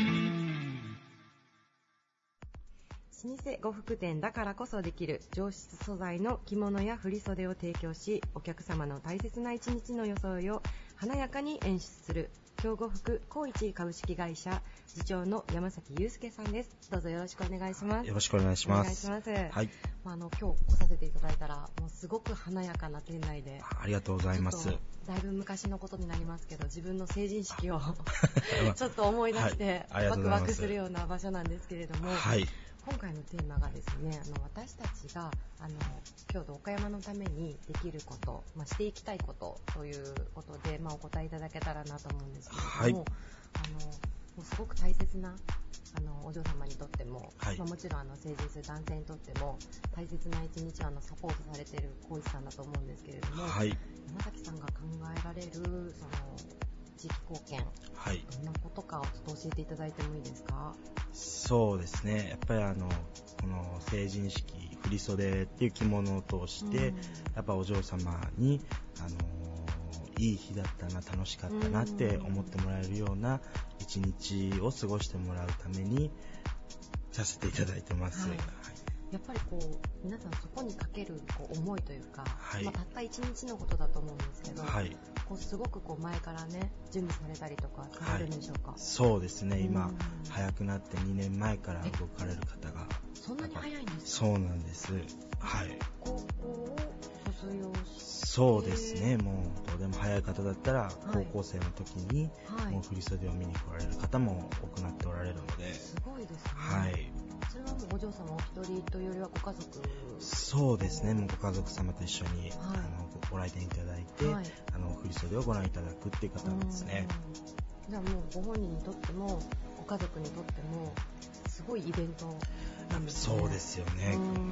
老舗呉服店だからこそできる上質素材の着物や振袖を提供し、お客様の大切な一日の装いを華やかに演出する京呉服光一株式会社次長の山崎祐介さんです。どうぞよろしくお願いします。 よろしくお願いします。お願いします。はい。まあ、あの今日来させていただいたらもうすごく華やかな店内で、 ありがとうございます。 だいぶ昔のことになりますけど、自分の成人式をちょっと思い出して、はい、ワクワクするような場所なんですけれども、はい、今回のテーマがですね、あの私たちがあの京都岡山のためにできること、まあ、していきたいことということで、まあ、お答えいただけたらなと思うんですけれども、はい、あのもうすごく大切なあのお嬢様にとっても、はい、まあ、もちろんあの成人する男性にとっても大切な一日をあのサポートされている光一さんだと思うんですけれども、はい、山崎さんが考えられるその地域貢献、はい、どんなことかをちょっと教えていただいてもいいですか？ そうですね、やっぱりあのこの成人式振袖っていう着物を通して、うん、やっぱお嬢様にあのいい日だったな、楽しかったなって思ってもらえるような一日を過ごしてもらうためにさせていただいてます。はいはい、 やっぱりこう皆さんそこにかけるこう思いというか、はい、まあ、たった一日のことだと思うんですけど、はい、こうすごくこう前からね準備されたりとかされるんでしょうか？はい、 そうですね、今早くなってにねんまえから動かれる方が。 そんなに早いんですか？ そうなんです。はい。 高校を卒業して。 そうですね、もうどうでも早い方だったら高校生の時にもう振袖を見に来られる方も多くなっておられるので。 すごいですね。 はい。 それはもうお嬢様お一人というよりはご家族？ そうですね、もうご家族様と一緒に、はい、あのご来店いただいて、はい、あの振袖をご覧いただくっていう方ですね。 じゃあもうご本人にとってもご家族にとってもすごいイベントなんですね。 そうですよね。 うん、結構こ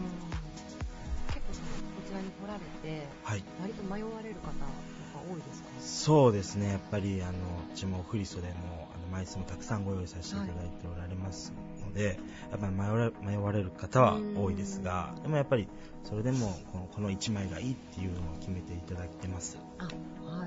ちらに来られて、はい、割と迷われる方が多いですか？ そうですね、やっぱりあのうちも振袖もあの枚数もたくさんご用意させていただいておられますので、はい、やっぱり迷われ、迷われる方は多いですが、でもやっぱりそれでもこの、このいちまいがいいっていうのを決めていただいてます。 あ、はい。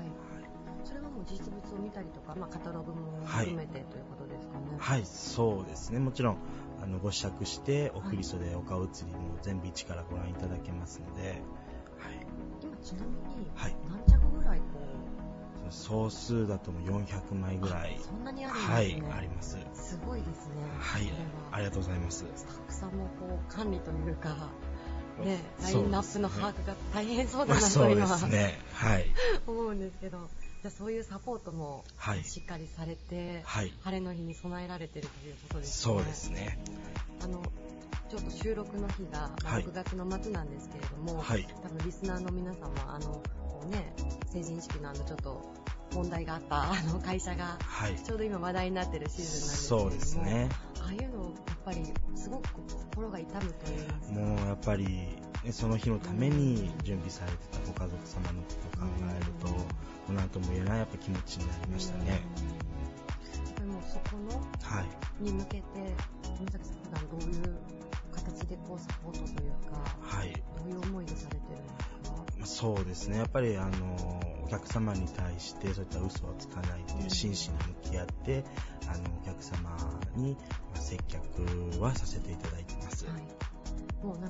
それはもう実物を見たりとか、まあ、カタログも含めて、はい、ということですかね。 はい、そうですね、もちろんあのご試着してお振り袖、はい、お顔写りも全部一からご覧いただけますので、はい、 今ちなみに何着ぐらいこう、 はい、総数だとよんひゃくまいぐらい。 そんなにあるんですね。 はい、あります。 すごいですね。 はい、ありがとうございます。 スタッフさんもこう管理というか、ね、ラインナップの把握が大変そうだなと今は、まあ、そうですね、はい、思うんですけど、じゃあそういうサポートもしっかりされて、はい、晴れの日に備えられているということですね。 そうですね。 あのちょっと収録の日がろくがつの末なんですけれども、はい、多分リスナーの皆様、あのこう、ね、成人式のあのちょっと問題があったあの会社がちょうど今話題になっているシーズンなんですけれども、はい、そうですね、ああいうのやっぱりすごく心が痛むといいますか、 もうやっぱり、ね、その日のために準備されてたご家族様のことを考えると、何とも言えないやっぱ気持ちになりましたね。 でもそこの、はい、に向けて山崎さん普段どういう形でこうサポートというか、はい、どういう思いでされてるんですか？ まあ、そうですね、やっぱりあのお客様に対してそういった嘘をつかないという真摯に向き合って、うん、あのお客様に接客はさせていただいてます。はい、 もうなんかこうお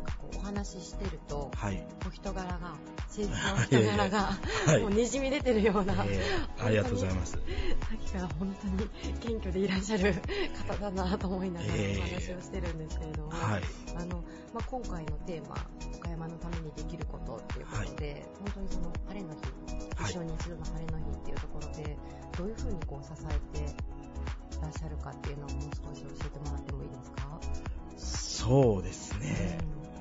話ししてると、 はい、 お人柄が誠実なお人柄が、はい、もうにじみ出てるような、 えー、ありがとうございます。さっきから本当に謙虚でいらっしゃる方だなと思いながらお話をしてるんですけれども、えーはい、あのまあ、今回のテーマ岡山のためにできることっていうことで、はい、本当にその晴れの日、一生に一度の晴れの日っていうところで、どういうふうにこう支えていらっしゃるかっていうのをもう少し教えてもらってもいいですか？ そうですね、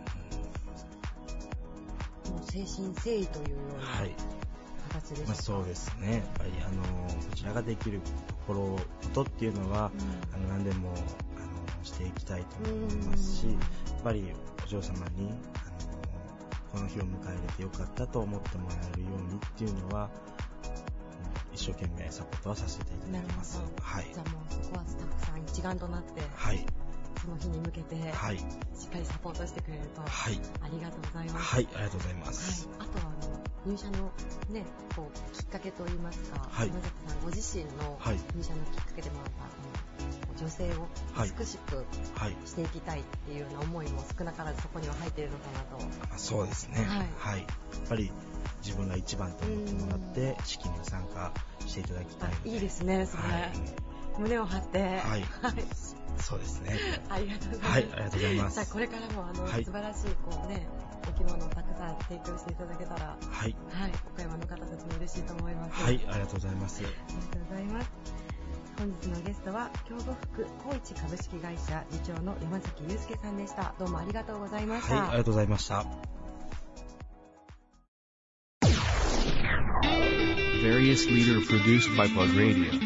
うん、もう誠心誠意というような形でしょうか？ まあ、そうですね、やっぱりあのこちらができるところことっていうのは、うん、あの何でもあのしていきたいと思いますし、やっぱりお嬢様にあのこの日を迎えれてよかったと思ってもらえるようにっていうのは一生懸命サポートはさせていただきます。はい、 じゃあもうそこはスタッフさん一丸となって、 はい、 その日に向けて、 はい、 しっかりサポートしてくれると、 はい、 ありがとうございます。 はい、ありがとうございます。 はい、あとはあの入社の、ね、こうきっかけといいますか、 はい、 野崎さんご自身の入社のきっかけでもあった、はい、女性を美しくしていきたいっていうような思いも少なからずそこには入っているのかなと。 あ、そうですね、はいはい、やっぱり自分が一番と思ってもらって式に参加していただきたいので。 いいですね、それ、はい、胸を張って、はい、はい、 そうですね。 ありがとうございます。 はい、ありがとうございます。 じゃあこれからもあの、はい、素晴らしいこうね、お着物をたくさん提供していただけたら、 はい、 はい、岡山の方たちも嬉しいと思います。 はい、ありがとうございます。 ありがとうございます。本日のゲストは京都福高一株式会社次長の山崎祐介さんでした。どうもありがとうございました。 はい、ありがとうございました。 Various Leader produced by Plug Radio。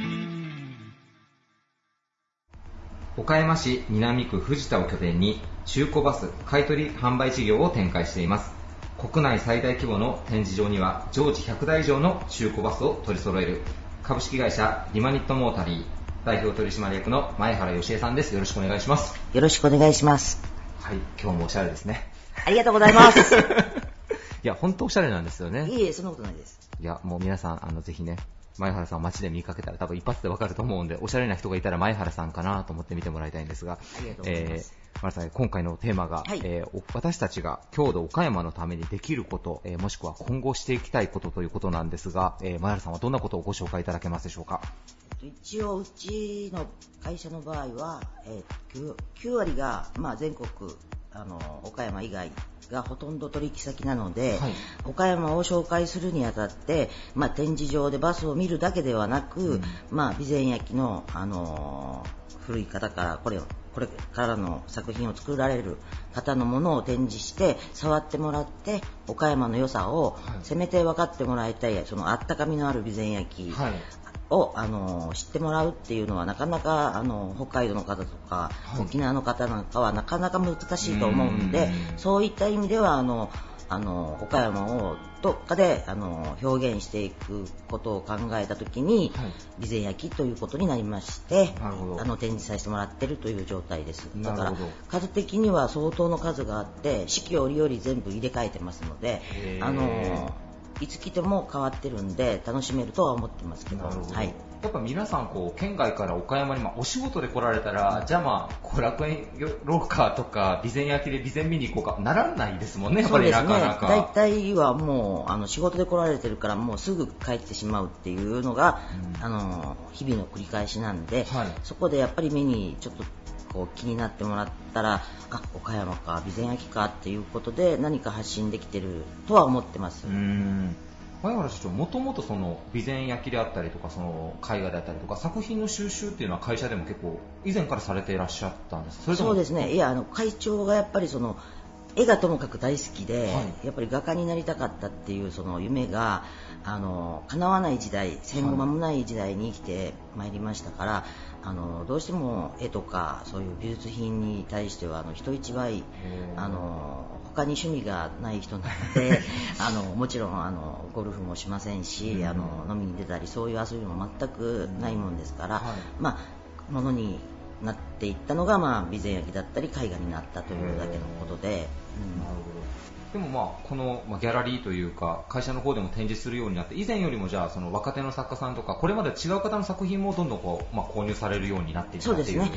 岡山市南区藤田を拠点に中古バス買取販売事業を展開しています。国内最大規模の展示場には常時ひゃくだい以上の中古バスを取り揃える株式会社リマニットモータリー代表取締役の前原芳恵さんです。よろしくお願いします。 よろしくお願いします。 はい、今日もおしゃれですね。 ありがとうございます。 いや、本当おしゃれなんですよね。 いえいえ、そんなことないです。 いや、もう皆さん、あの、ぜひね、前原さんを街で見かけたら多分一発でわかると思うんで、おしゃれな人がいたら前原さんかなと思って見てもらいたいんですが、 ありがとうございます。 えー、前原さん、今回のテーマが、はい、えー、私たちが郷土岡山のためにできること、えー、もしくは今後していきたいことということなんですが、えー、前原さんはどんなことをご紹介いただけますでしょうか？ 一応うちの会社の場合は、えー、きゅうわりが、まあ、全国あの岡山以外がほとんど取引先なので、はい、岡山を紹介するにあたって、まあ、展示場でバスを見るだけではなく、うん、まあ、備前焼の、あのー、古い方からこれをこれからの作品を作られる方のものを展示して触ってもらって岡山の良さをせめて分かってもらいたい、はい、そのあったかみのある備前焼、はい、をあの知ってもらうっていうのはなかなかあの北海道の方とか、はい、沖縄の方なんかはなかなか難しいと思うんで、うん、そういった意味ではあのあの岡山をどっかであの表現していくことを考えたときに、はい、備前焼ということになりましてあの展示させてもらっているという状態です。だから数的には相当の数があって四季折々全部入れ替えてますのであのいつ来ても変わってるんで楽しめるとは思ってますけど、はい、 やっぱ皆さんこう県外から岡山に、まあ、お仕事で来られたら、うん、じゃあまあ後楽園ローカーとか備前焼で備前見に行こうかならないですもんね。やっぱりなかなか。 大体はもうあの仕事で来られてるからもうすぐ帰ってしまうっていうのが、うん、あの日々の繰り返しなんで、はい、そこでやっぱり目にちょっとこう気になってもらったらあ岡山か備前焼かっていうことで何か発信できてるとは思ってます。 うーん、前原社長、もともとその備前焼であったりとかその絵画であったりとか作品の収集っていうのは会社でも結構以前からされていらっしゃったんですか？それともそうですね、いやあの会長がやっぱりその絵がともかく大好きで、はい、やっぱり画家になりたかったっていうその夢があの叶わない時代、戦後間もない時代に生きてまいりましたから、はい、あのどうしても絵とかそういう美術品に対してはあの人一倍あの他に趣味がない人なのであのもちろんあのゴルフもしませんし、うん、あの飲みに出たりそういう遊びも全くないもんですから、はい、まあものになっていったのが、まあ、備前焼だったり絵画になったというだけのことで、うん、なるほど。でもまあこのギャラリーというか会社の方でも展示するようになって以前よりもじゃあその若手の作家さんとかこれまで違う方の作品もどんどんこう、まあ、購入されるようになっていったっていう。 そうですね、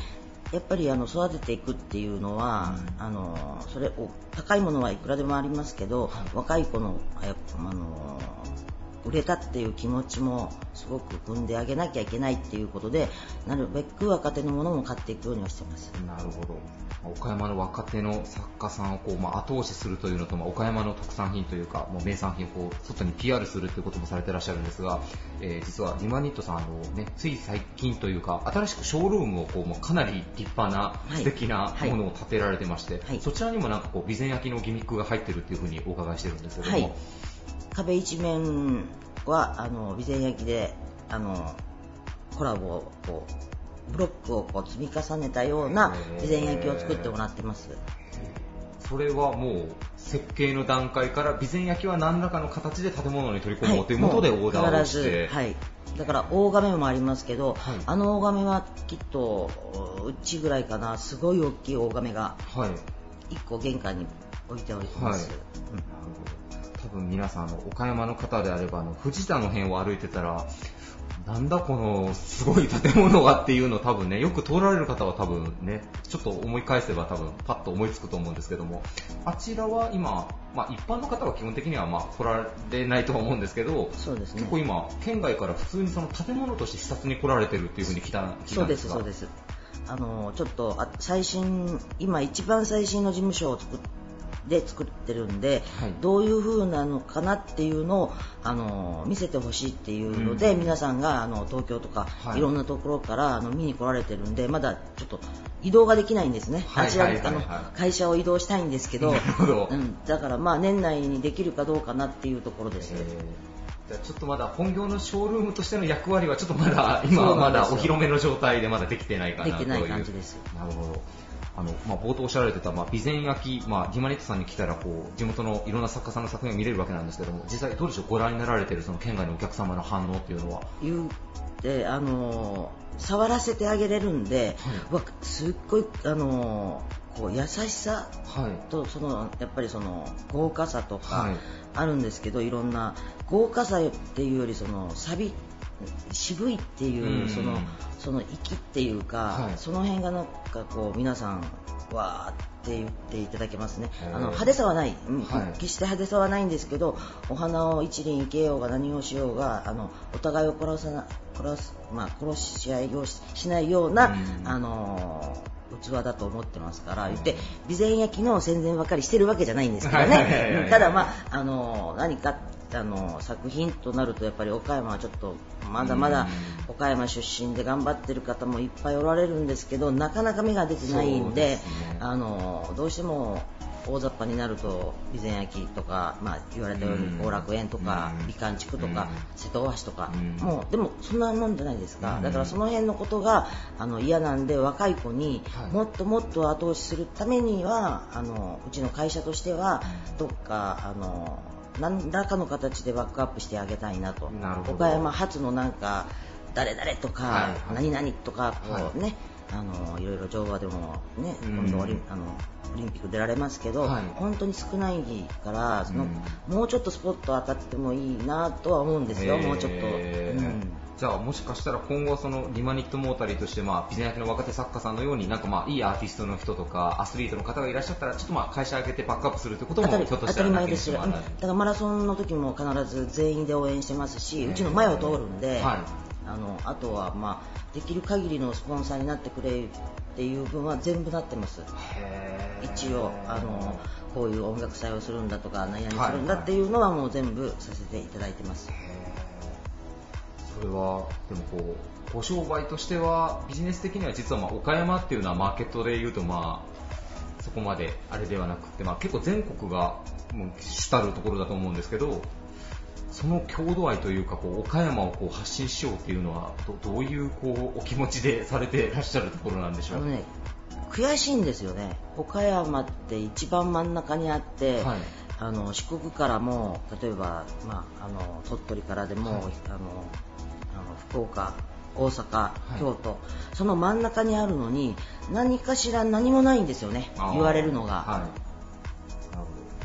やっぱりあの育てていくっていうのは、うん、あのそれを高いものはいくらでもありますけど、はい、若い子の、あの売れたっていう気持ちもすごく汲んであげなきゃいけないっていうことで、なるべく若手のものも買っていくようにはしてます。 なるほど。岡山の若手の作家さんをこう、まあ、後押しするというのと、まあ、岡山の特産品というかもう名産品をこう外に ピーアール するということもされていらっしゃるんですが、えー、実はリマニットさんあの、ね、つい最近というか新しくショールームをこう、もうかなり立派な素敵なものを建てられてまして、はいはい、そちらにもなんかこう備前焼のギミックが入っているというふうにお伺いしてるんですけども、はい、 壁一面はあの備前焼であのコラボをこうブロックをこう積み重ねたような備前焼を作ってもらってます。 それはもう設計の段階から備前焼は何らかの形で建物に取り込もうというもとでオーダーをして、 はい、はい、だから大亀もありますけど、はい、あの大亀はきっとうちぐらいかな、すごい大きい大亀がいっこ玄関に置いております、はい、うん、 多分皆さんの岡山の方であればあの藤田の辺を歩いてたらなんだこのすごい建物がっていうのを多分ね、よく通られる方は多分ね、ちょっと思い返せば多分パッと思いつくと思うんですけども、あちらは今、まあ、一般の方は基本的にはまあ来られないとは思うんですけど、 そうですね、 結構今県外から普通にその建物として視察に来られてるっていう風に聞いたんですが。 そうですそうです。あのちょっとあ最新今一番最新の事務所を作ってで作ってるんで、はい、どういう風なのかなっていうのをあの見せてほしいっていうので、うん、皆さんがあの東京とか、はい、いろんなところからあの見に来られてるんで、まだちょっと移動ができないんですね、はい、あちらに、はいはいはい、あの会社を移動したいんですけど、 なるほど、 うん、だからまあ年内にできるかどうかなっていうところです。 じゃあちょっとまだ本業のショールームとしての役割はちょっとまだ今はまだお披露目の状態でまだできてないかなという。 できてない感じです。 なるほど。あのまあ、冒頭おっしゃられてた、まあ、備前焼、まあ、リマネットさんに来たらこう地元のいろんな作家さんの作品を見れるわけなんですけども、実際どうでしょう、ご覧になられているその県外のお客様の反応っていうのは。 言うてあの触らせてあげれるんで、はい、すっごいあのこう優しさと、はい、そのやっぱりその豪華さとかあるんですけど、はい、いろんな豪華さっていうよりそのサビ渋いっていう、うん、そのその息っていうか、はい、その辺がなんかこう皆さんわーって言っていただけますね。あの派手さはない、うん、はい、決して派手さはないんですけど、お花を一輪生けようが何をしようがあのお互いを殺さな殺す、まあ、殺し合いを し, しないような、うん、あの器だと思ってますから、言って備前焼の宣伝ばかりしてるわけじゃないんですけどね。ただまああの何かあの作品となるとやっぱり岡山はちょっとまだまだ岡山出身で頑張ってる方もいっぱいおられるんですけど、なかなか芽が出てないん で, で、ね、あのどうしても大雑把になると備前焼とか、まあ、言われたように後楽園とか美観地区とか瀬戸大橋とか、もうでもそんなもんじゃないですか。だからその辺のことがあの嫌なんで、若い子にもっともっと後押しするためにはあのうちの会社としてはどっかあの何らかの形でバックアップしてあげたいなと。岡山発のなんか誰々とか、はいはい、何々とかこうね、はい、あのいろいろ乗馬でもね、今度オリン、あのオリンピック出られますけど、はい、本当に少ないからその、うん、もうちょっとスポット当たってもいいなとは思うんですよ。もうちょっと、うん、 じゃあもしかしたら今後はそのリマニットモータリーとして、まあ、備前焼の若手作家さんのようになんかまあいいアーティストの人とかアスリートの方がいらっしゃったらちょっとまあ会社上げてバックアップするということもひょっとしたらなきにしもあらない。 だからマラソンの時も必ず全員で応援してますし、うちの前を通るんで、はい、あのあとはまあできる限りのスポンサーになってくれっていう分は全部なってます。一応あのこういう音楽祭をするんだとか何々するんだっていうのはもう全部させていただいてます。 それはでもこうご商売としてはビジネス的には実はまあ岡山っていうのはマーケットでいうとまあそこまであれではなくて、まあ、結構全国がもう主たるところだと思うんですけど、その郷土愛というかこう岡山をこう発信しようっていうのは ど, どういうこうお気持ちでされていらっしゃるところなんでしょう。 あのね、悔しいんですよね。岡山って一番真ん中にあって、はい、あの四国からも例えば、まあ、あの鳥取からでも、はい、あの福岡、大阪、はい、京都、その真ん中にあるのに何かしら何もないんですよね、言われるのが、は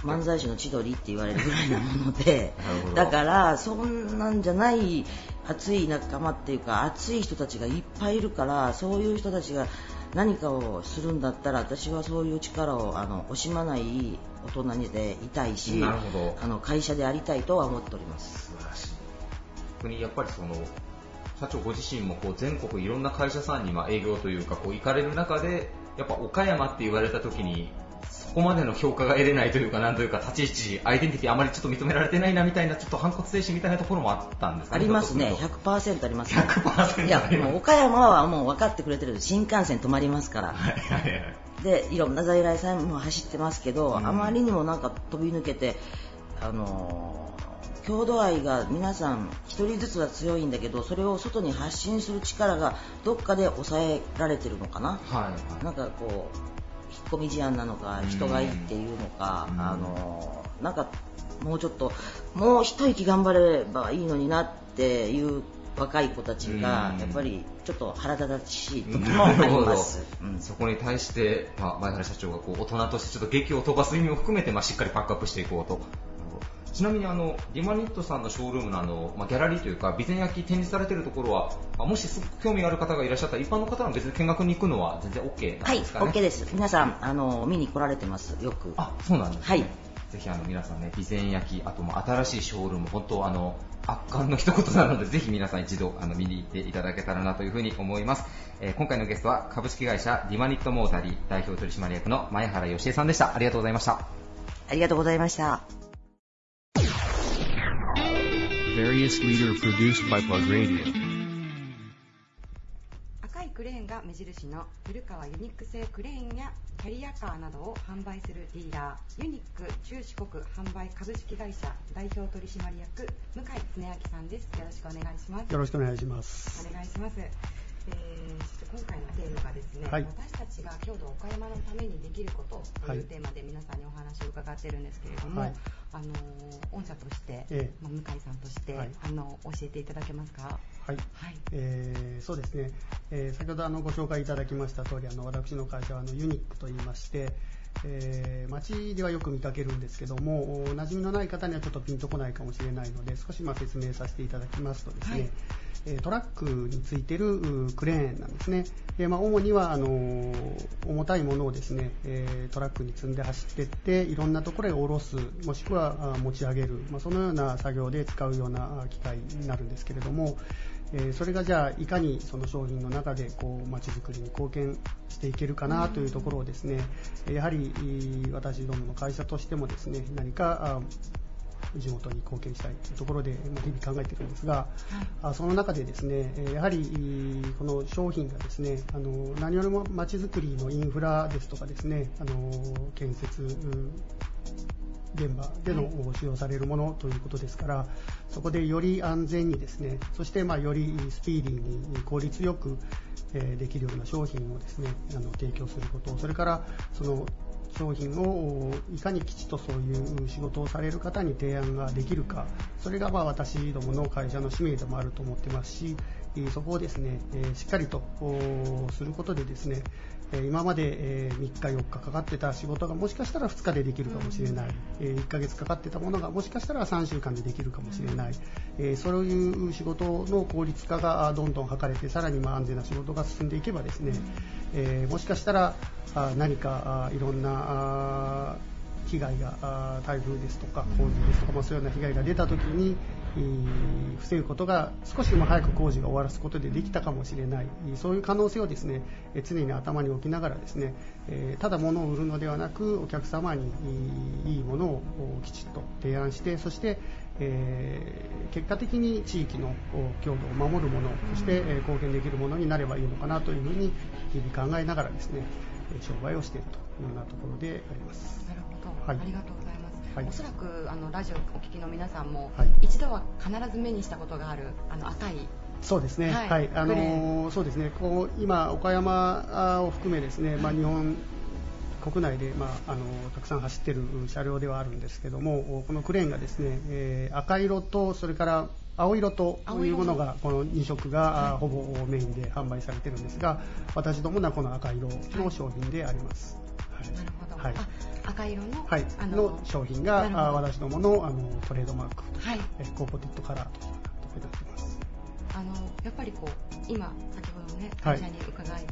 漫才師の千鳥って言われるぐらいなものでだからそんなんじゃない熱い仲間っていうか熱い人たちがいっぱいいるからそういう人たちが何かをするんだったら私はそういう力をあの惜しまない大人でいたいしなるほどあの会社でありたいとは思っております。 素晴らしい。逆にやっぱりその社長ご自身もこう全国いろんな会社さんにまあ営業というかこう行かれる中でやっぱ岡山って言われた時にそこまでの評価が得れないというかなんというか立ち位置アイデンティティあまりちょっと認められてないなみたいなちょっと反骨精神みたいなところもあったんですかね。 ありますね。 ひゃくパーセント あります、ね、 ひゃくパーセントいやもう岡山はもう分かってくれてる。新幹線止まりますから、はいはいはい、でいろんな在来線も走ってますけど、うん、あまりにもなんか飛び抜けてあのー、郷土愛が皆さん一人ずつは強いんだけどそれを外に発信する力がどっかで抑えられてるのかな、はいはい、なんかこう引っ込み思案なのか人がいいっていうのか、うん、あのなんかもうちょっともう一息頑張ればいいのになっていう若い子たちがやっぱりちょっと腹立たしい時もあります、 うん、そこに対して、まあ、前原社長がこう大人としてちょっと劇を飛ばす意味を含めて、まあ、しっかりパックアップしていこうと。ちなみにあのディマニットさんのショールームのあの、まあ、ギャラリーというか備前焼展示されているところはもしすごく興味がある方がいらっしゃったら一般の方は別に見学に行くのは全然 OK なんですかね。 はい OK です。皆さんあの見に来られてますよく。 あそうなんですね、 はい、 ぜひあの皆さんね備前焼あとも新しいショールーム本当あの圧巻の一言なのでぜひ皆さん一度あの見に行っていただけたらなというふうに思います、えー、今回のゲストは株式会社ディマニットモータリー代表取締役の前原芳恵さんでした。ありがとうございました。 ありがとうございました。 Various Leader produced by Plug Radio。 赤いクレーンが目印の古川ユニック製クレーンやキャリアカーなどを販売するディーラーユニック中四国販売株式会社代表取締役向井恒明さんです。よろしくお願いします。 よろしくお願いします。 お願いします。えー、今回のテーマがですね、はい、私たちが郷土岡山のためにできることというテーマで皆さんにお話を伺っているんですけれども、はい、あの御社として、えーまあ、向井さんとして、はい、あの教えていただけますか。 はい、はい、えー、そうですね、えー、先ほどあのご紹介いただきました通りあの私の会社はあのユニックといいまして、えー、街ではよく見かけるんですけども馴染みのない方にはちょっとピンとこないかもしれないので少しまあ説明させていただきますとですね、はいえー、トラックについているクレーンなんですね。えーまあ、主にはあのー、重たいものをですね、えー、トラックに積んで走っていっていろんなところへ下ろすもしくは持ち上げる、まあ、そのような作業で使うような機械になるんですけれども、えー、それがじゃあいかにその商品の中でこう街づくりに貢献していけるかなというところをですね、やはり私どもの会社としてもですね何か地元に貢献したいというところで日々考えているんですが、はい、その中でですねやはりこの商品がですねあの何よりも街づくりのインフラですとかですねあの建設現場での使用されるものということですから、そこでより安全にですねそしてまあよりスピーディーに効率よくできるような商品をですねあの提供すること、それからその商品をいかにきちっとそういう仕事をされる方に提案ができるか、それがまあ私どもの会社の使命でもあると思ってますし、そこをですねしっかりとすることでですね今までみっかよっかかかってた仕事がもしかしたらふつかでできるかもしれない、いっかげつかかってたものがもしかしたらさんしゅうかんでできるかもしれない、そういう仕事の効率化がどんどん図れてさらにまあ安全な仕事が進んでいけばですね、もしかしたら何かいろんな被害が台風ですとか洪水ですとか、まあ、そういうような被害が出たときに防ぐことが少しでも早く工事が終わらすことでできたかもしれない、そういう可能性をですね常に頭に置きながらですねただ物を売るのではなくお客様にいいものをきちっと提案して、そして結果的に地域の郷土を守るもの、そして貢献できるものになればいいのかなというふうに日々考えながらですね商売をしているというようなところであります。 なるほど、はい、ありがとうございます。はい、おそらくあのラジオをお聞きの皆さんも、 はい、 一度は必ず目にしたことがあるあの赤いそうですね、はい、はい、あのー、そうですねこう今岡山を含めですね、はい、まあ、日本国内で、まあ、あのたくさん走っている車両ではあるんですけども、このクレーンがですね、えー、赤色とそれから青色というものがこのに色がほぼメインで販売されているんですが、私どもはこの赤色の商品であります。 なるほど、はい、あ赤色の、 はい、 あのの商品があ私どものあのトレードマーク、はい、えコーポテッドカラーというようなところになってます。 あのやっぱりこう今先ほどね会社に伺って、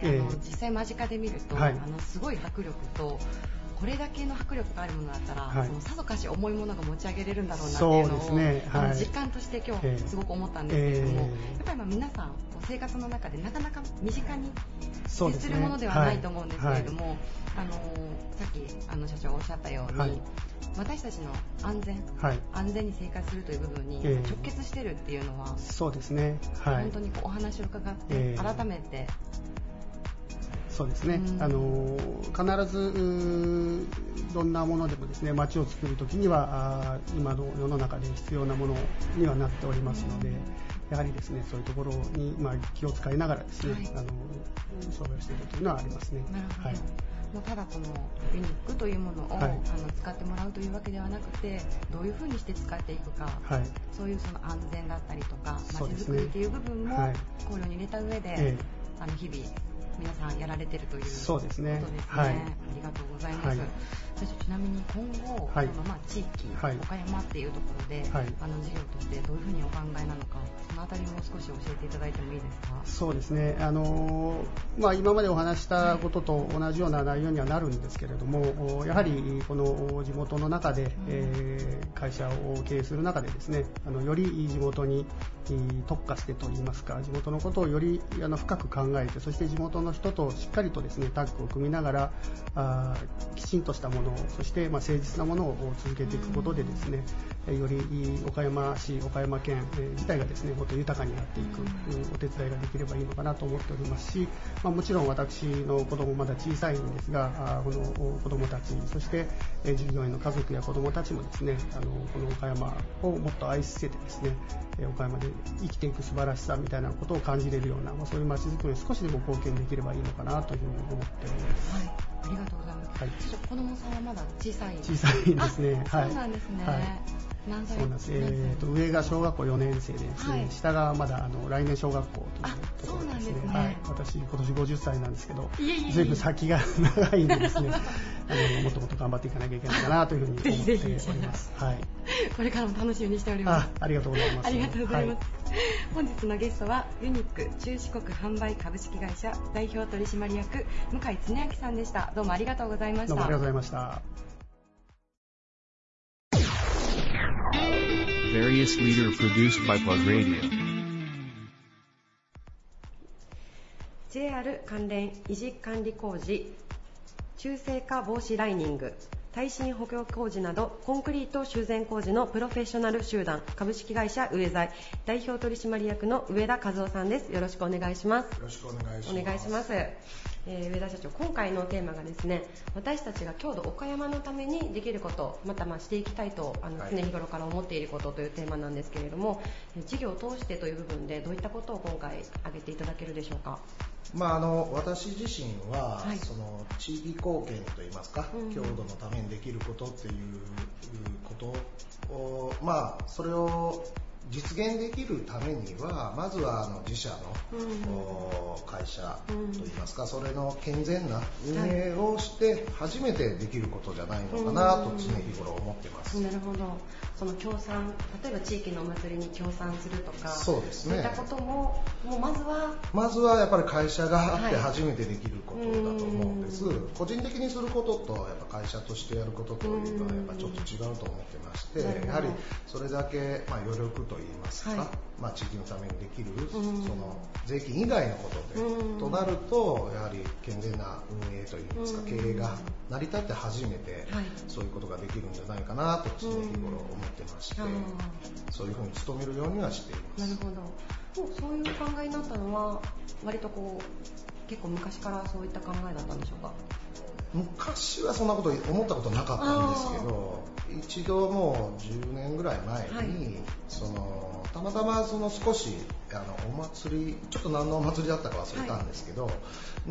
はい、あの実際間近で見ると、はい、あのすごい迫力とこれだけの迫力があるものだったら、はい、そのさぞかし重いものが持ち上げれるんだろうなっていうのを、ね、はい、あの実感として今日すごく思ったんですけれども、えー、やっぱりまあ皆さん生活の中でなかなか身近に接するものではないと思うんですけれども、ね、はい、あのさっきあの社長おっしゃったように、はい、私たちの安全、はい、安全に生活するという部分に直結してるっていうのは、えー、 そうですね、はい、 本当にこうお話を伺って改めて、えーそうですね、あの必ずどんなものでもですね街を作るときには今の世の中で必要なものにはなっておりますので、やはりですねそういうところに、まあ、気を使いながらですね、はい、あの商売をしているというのはありますね。 なるほど、はい、もうただこのユニックというものを、はい、あの使ってもらうというわけではなくてどういうふうにして使っていくか、はい、そういうその安全だったりとか街づくりという部分も考慮に入れた上で、はい、あの日々皆さんやられてるということですね。そうですね、はい、ありがとうございます。はい、ちなみに今後、はい、そのまあ地域、はい、岡山っていうところで、はい、あの事業としてどういうふうにお考えなのか、そのあたりも少し教えていただいてもいいですか。 そうですね、あのーまあ、今までお話したことと同じような内容にはなるんですけれども、やはりこの地元の中で、うん、えー、会社を経営する中でですね、あのより地元に特化してといいますか、地元のことをよりあの深く考えて、そして地元の人としっかりとですねタッグを組みながら、あきちんとしたものを、そしてまあ誠実なものを続けていくことでですね、より岡山市、岡山県自体がですねもっと豊かになっていくお手伝いができればいいのかなと思っておりますし、まあ、もちろん私の子供まだ小さいんですが、この子供たち、そして従業員の家族や子供たちもですね、あのこの岡山をもっと愛せてですね、岡山で生きていく素晴らしさみたいなことを感じれるような、まあ、そういう街づくりに少しでも貢献できればいいのかなというふうに思っております。 はい、ありがとうございます。はい、子供さんはまだ小さい。 小さいですね。 はい、そうなんですね。はい、 何歳？そうなんです。えーと上が小学校よねん生でですね、はい、下がまだあの来年小学校というところですね。そうなんですね。はい、私今年ごじゅっさいなんですけど、ずいぶん先が長いんでですね、あのもっともっと頑張っていかなきゃいけないかなというふうに思っております。はい。 これからも楽しみにしております。 あ、ありがとうございます。 ありがとうございます。はい、本日のゲストはユニック中四国販売株式会社代表取締役向井恒明さんでした。どうもありがとうございました。 どうもありがとうございました。 Various Leader produced by Plug Radio。 ジェイアール 関連維持管理工事、中性化防止ライニング、耐震補強工事などコンクリート修繕工事のプロフェッショナル集団株式会社上材代表取締役の上田和夫さんです。よろしくお願いします。 よろしくお願いします。 お願いします。えー、上田社長、今回のテーマがですね、私たちが郷土岡山のためにできること、またまあしていきたいとあの常日頃から思っていることというテーマなんですけれども、事業を通してという部分でどういったことを今回挙げていただけるでしょうか。 まあ、あの私自身は、はい、その地域貢献といいますか、うん、郷土のためにできることっていうことを、まあ、それを実現できるためにはまずはあの自社の、うん、会社といいますか、それの健全な運営をして初めてできることじゃないのかなと常日頃思ってます。 うん、なるほど。その協賛、例えば地域のお祭りに協賛するとか、 そうですね、 そういったことも、もうまずはまずはやっぱり会社があって初めてできることだと思うんです。はい、個人的にすることとやっぱ会社としてやることというのはやっぱちょっと違うと思ってまして、やはりそれだけ、まあ、余力といいますか、はい、まあ、地域のためにできるその税金以外のことでとなると、やはり健全な運営といいますか、経営が成り立って初めてそういうことができるんじゃないかなと常日頃思ってまして、そういうふうに努めるようにはしています。 なるほど。もうそういう考えになったのは割とこう結構昔からそういった考えだったんでしょうか。 昔はそんなこと思ったことなかったんですけど、一度もうじゅうねんぐらい前に、はい、そのたまたまその少しあのお祭り、ちょっと何のお祭りだったか忘れたんですけど、はい、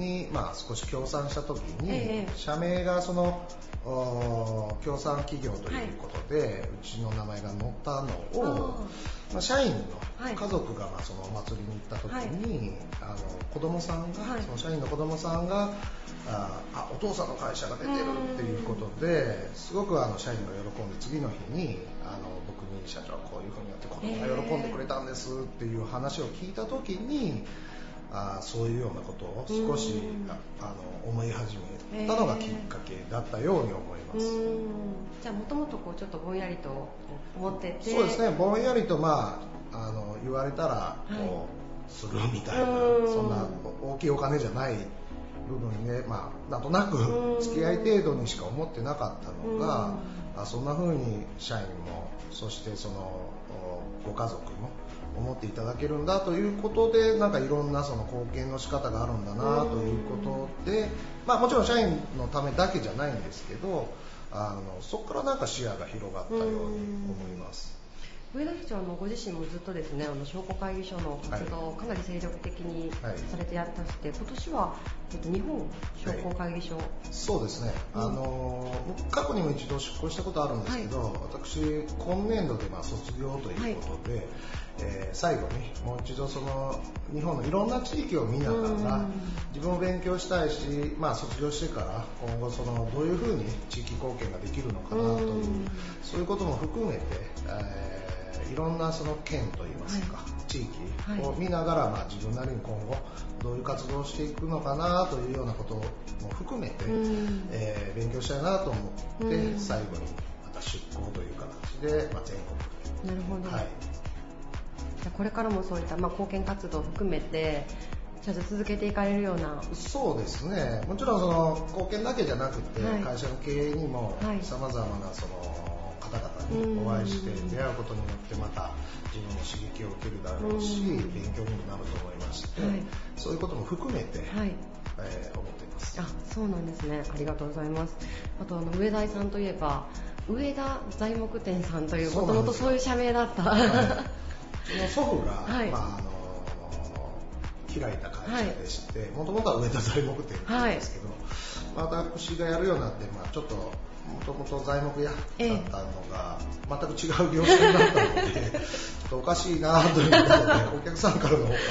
に、まあ、少し協賛した時に、えー、社名がその協賛企業ということで、はい、うちの名前が載ったのを、まあ、社員の家族がまあそのお祭りに行った時に、はい、あの子供さんが、はい、その社員の子供さんがああお父さんの会社が出てるっていうことですごくあの社員が喜んで、次の日にあの僕に社長はこういうふうにやって子供が喜んでくれたんですっていう話を聞いた時に、あそういうようなことを少しあの思い始めたのがきっかけだったように思います。 うんじゃあもともとこうちょっとぼんやりと思ってて、 そうですね、ぼんやりと、まあ、あの言われたらこうするみたいな、はい、そんな大きいお金じゃない部分で、まあ、なんとなく付き合い程度にしか思ってなかったのが、あそんな風に社員もそしてそのご家族も思っていただけるんだということで、なんかいろんなその貢献の仕方があるんだなということで、まあ、もちろん社員のためだけじゃないんですけど、あのそこからなんか視野が広がったように思います。 上田議長のご自身もずっとですね、あの商工会議所の活動をかなり精力的にされてやったして、はい、今年は、えっと、日本商工会議所、はい、 そうですね、うん、あの過去にも一度出向したことあるんですけど、はい、私今年度でまあ卒業ということで、はい、えー、最後にもう一度その日本のいろんな地域を見ながら自分も勉強したいし、まあ、卒業してから今後そのどういうふうに地域貢献ができるのかなという、そういうことも含めて、えーいろんなその県といいますか、はい、地域を見ながら、まあ、自分なりに今後どういう活動をしていくのかなというようなことも含めて、えー、勉強したいなと思って最後にまた出向という形で、まあ、全国なるほど、はい、じゃあこれからもそういった、まあ、貢献活動を含めてちゃんと続けていかれるような。 そうですね、もちろんその貢献だけじゃなくて、はい、会社の経営にもさまざまなその方々にお会いして出会うことによってまた自分も刺激を受けるだろうし、勉強にもなると思いまして、はい、そういうことも含めて、はいえー、思っています。 あ、そうなんですね、ありがとうございます。あとあの上田さんといえば上田材木店さんというもともとそういう社名だった、はい、 その祖父が、はいまあ、あの開いた会社でしてもともとは上田材木店なんですけど、はい、私がやるようになって、まあ、ちょっともともと材木屋だったのが、ええ、全く違う業種になったのでちょっとおかしいなということでお客さんからの方から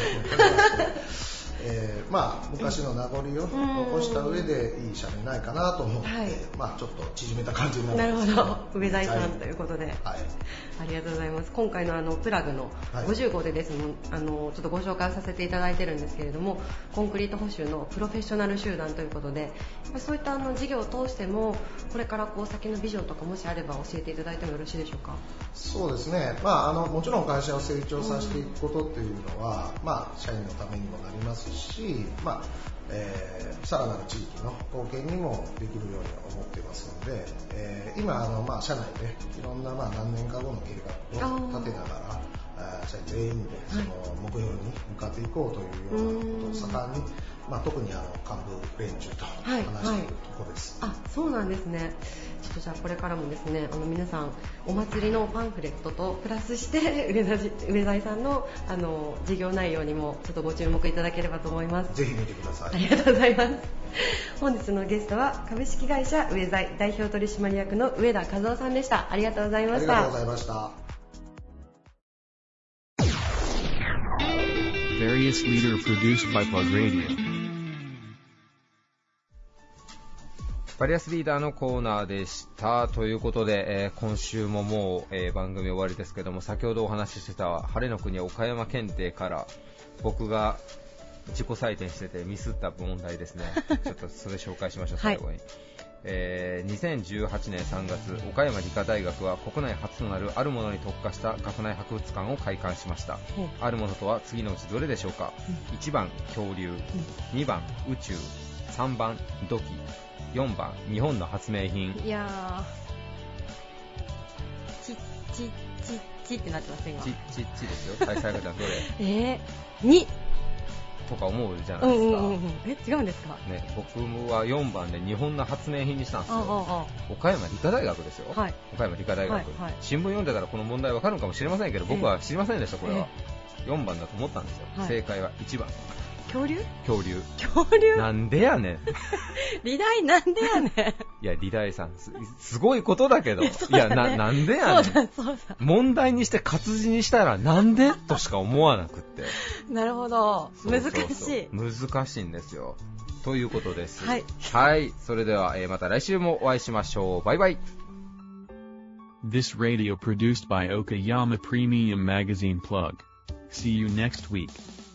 えーまあ、昔の名残を残した上でいい社名ないかなと思って、はいまあ、ちょっと縮めた感じになるんですけど。 なるほど、上田さんということで、はい、ありがとうございます。今回のあのプラグのごじゅう号でですね、はい、あのちょっとご紹介させていただいてるんですけれども、コンクリート補修のプロフェッショナル集団ということで、やっぱそういったあの事業を通してもこれからこう先のビジョンとかもしあれば教えていただいてもよろしいでしょうか。 そうですね、まあ、あのもちろん会社を成長させていくことっていうのは、うんまあ、社員のためにもなりますし、まあえー、さらなる地域の貢献にもできるように思っていますので、えー、今あの、まあ、社内でいろんな、まあ、何年か後の計画を立てながら社員全員でその目標に向かっていこうというようなことを盛んに、まあ、特にあの幹部連中と話しているところです、 はいはい、あ、そうなんですね。ちょっとじゃあこれからもですね、あの皆さんお祭りのパンフレットとプラスして上田上田さんのあの事業内容にもちょっとご注目いただければと思います。 ぜひ見てください。 ありがとうございます。本日のゲストは株式会社上材代表取締役の上田和夫さんでした。ありがとうございました。 ありがとうございました。 Various Leader produced by Plug Radio。 バリアスリーダーのコーナーでしたということで、えー、今週ももう、えー、番組終わりですけども、先ほどお話ししてた晴れの国岡山検定から僕が自己採点しててミスった問題ですね。ちょっとそれ紹介しましょう。最後に、はい、えー、にせんじゅうはちねんさんがつ岡山理科大学は国内初となるあるものに特化した学内博物館を開館しました、うん、あるものとは次のうちどれでしょうか、うん、いちばん恐竜、うん、にばん宇宙、さんばん土器、よんばん日本の発明品。 いやーちちちちってなってませんが、 ちちちですよ。大祭方どれ？ えー、にとか思うじゃないですか。 うんうんうん、え、違うんですかね、僕はよんばんで日本の発明品にしたんですよ。ああ岡山理科大学ですよ、はい、岡山理科大学、はいはい、新聞読んでたらこの問題わかるかもしれませんけど、僕は知りませんでした、これは。よんばんだと思ったんですよ、はい、正解はいちばん。 恐竜恐竜。 恐竜なんでやねん。 理大なんでやねん。 いや、理大さん、す、すごいことだけど。いや、ね、な、なんでやねん。そうだ、そうだ。問題にして活字にしたらなんでとしか思わなくって。 なるほど。難しい。そうそうそう。難しいんですよ。ということです。 はい。 はい。それでは、えー、また来週もお会いしましょう。バイバイ。 This radio produced by Okayama Premium Magazine Plug. See you next week.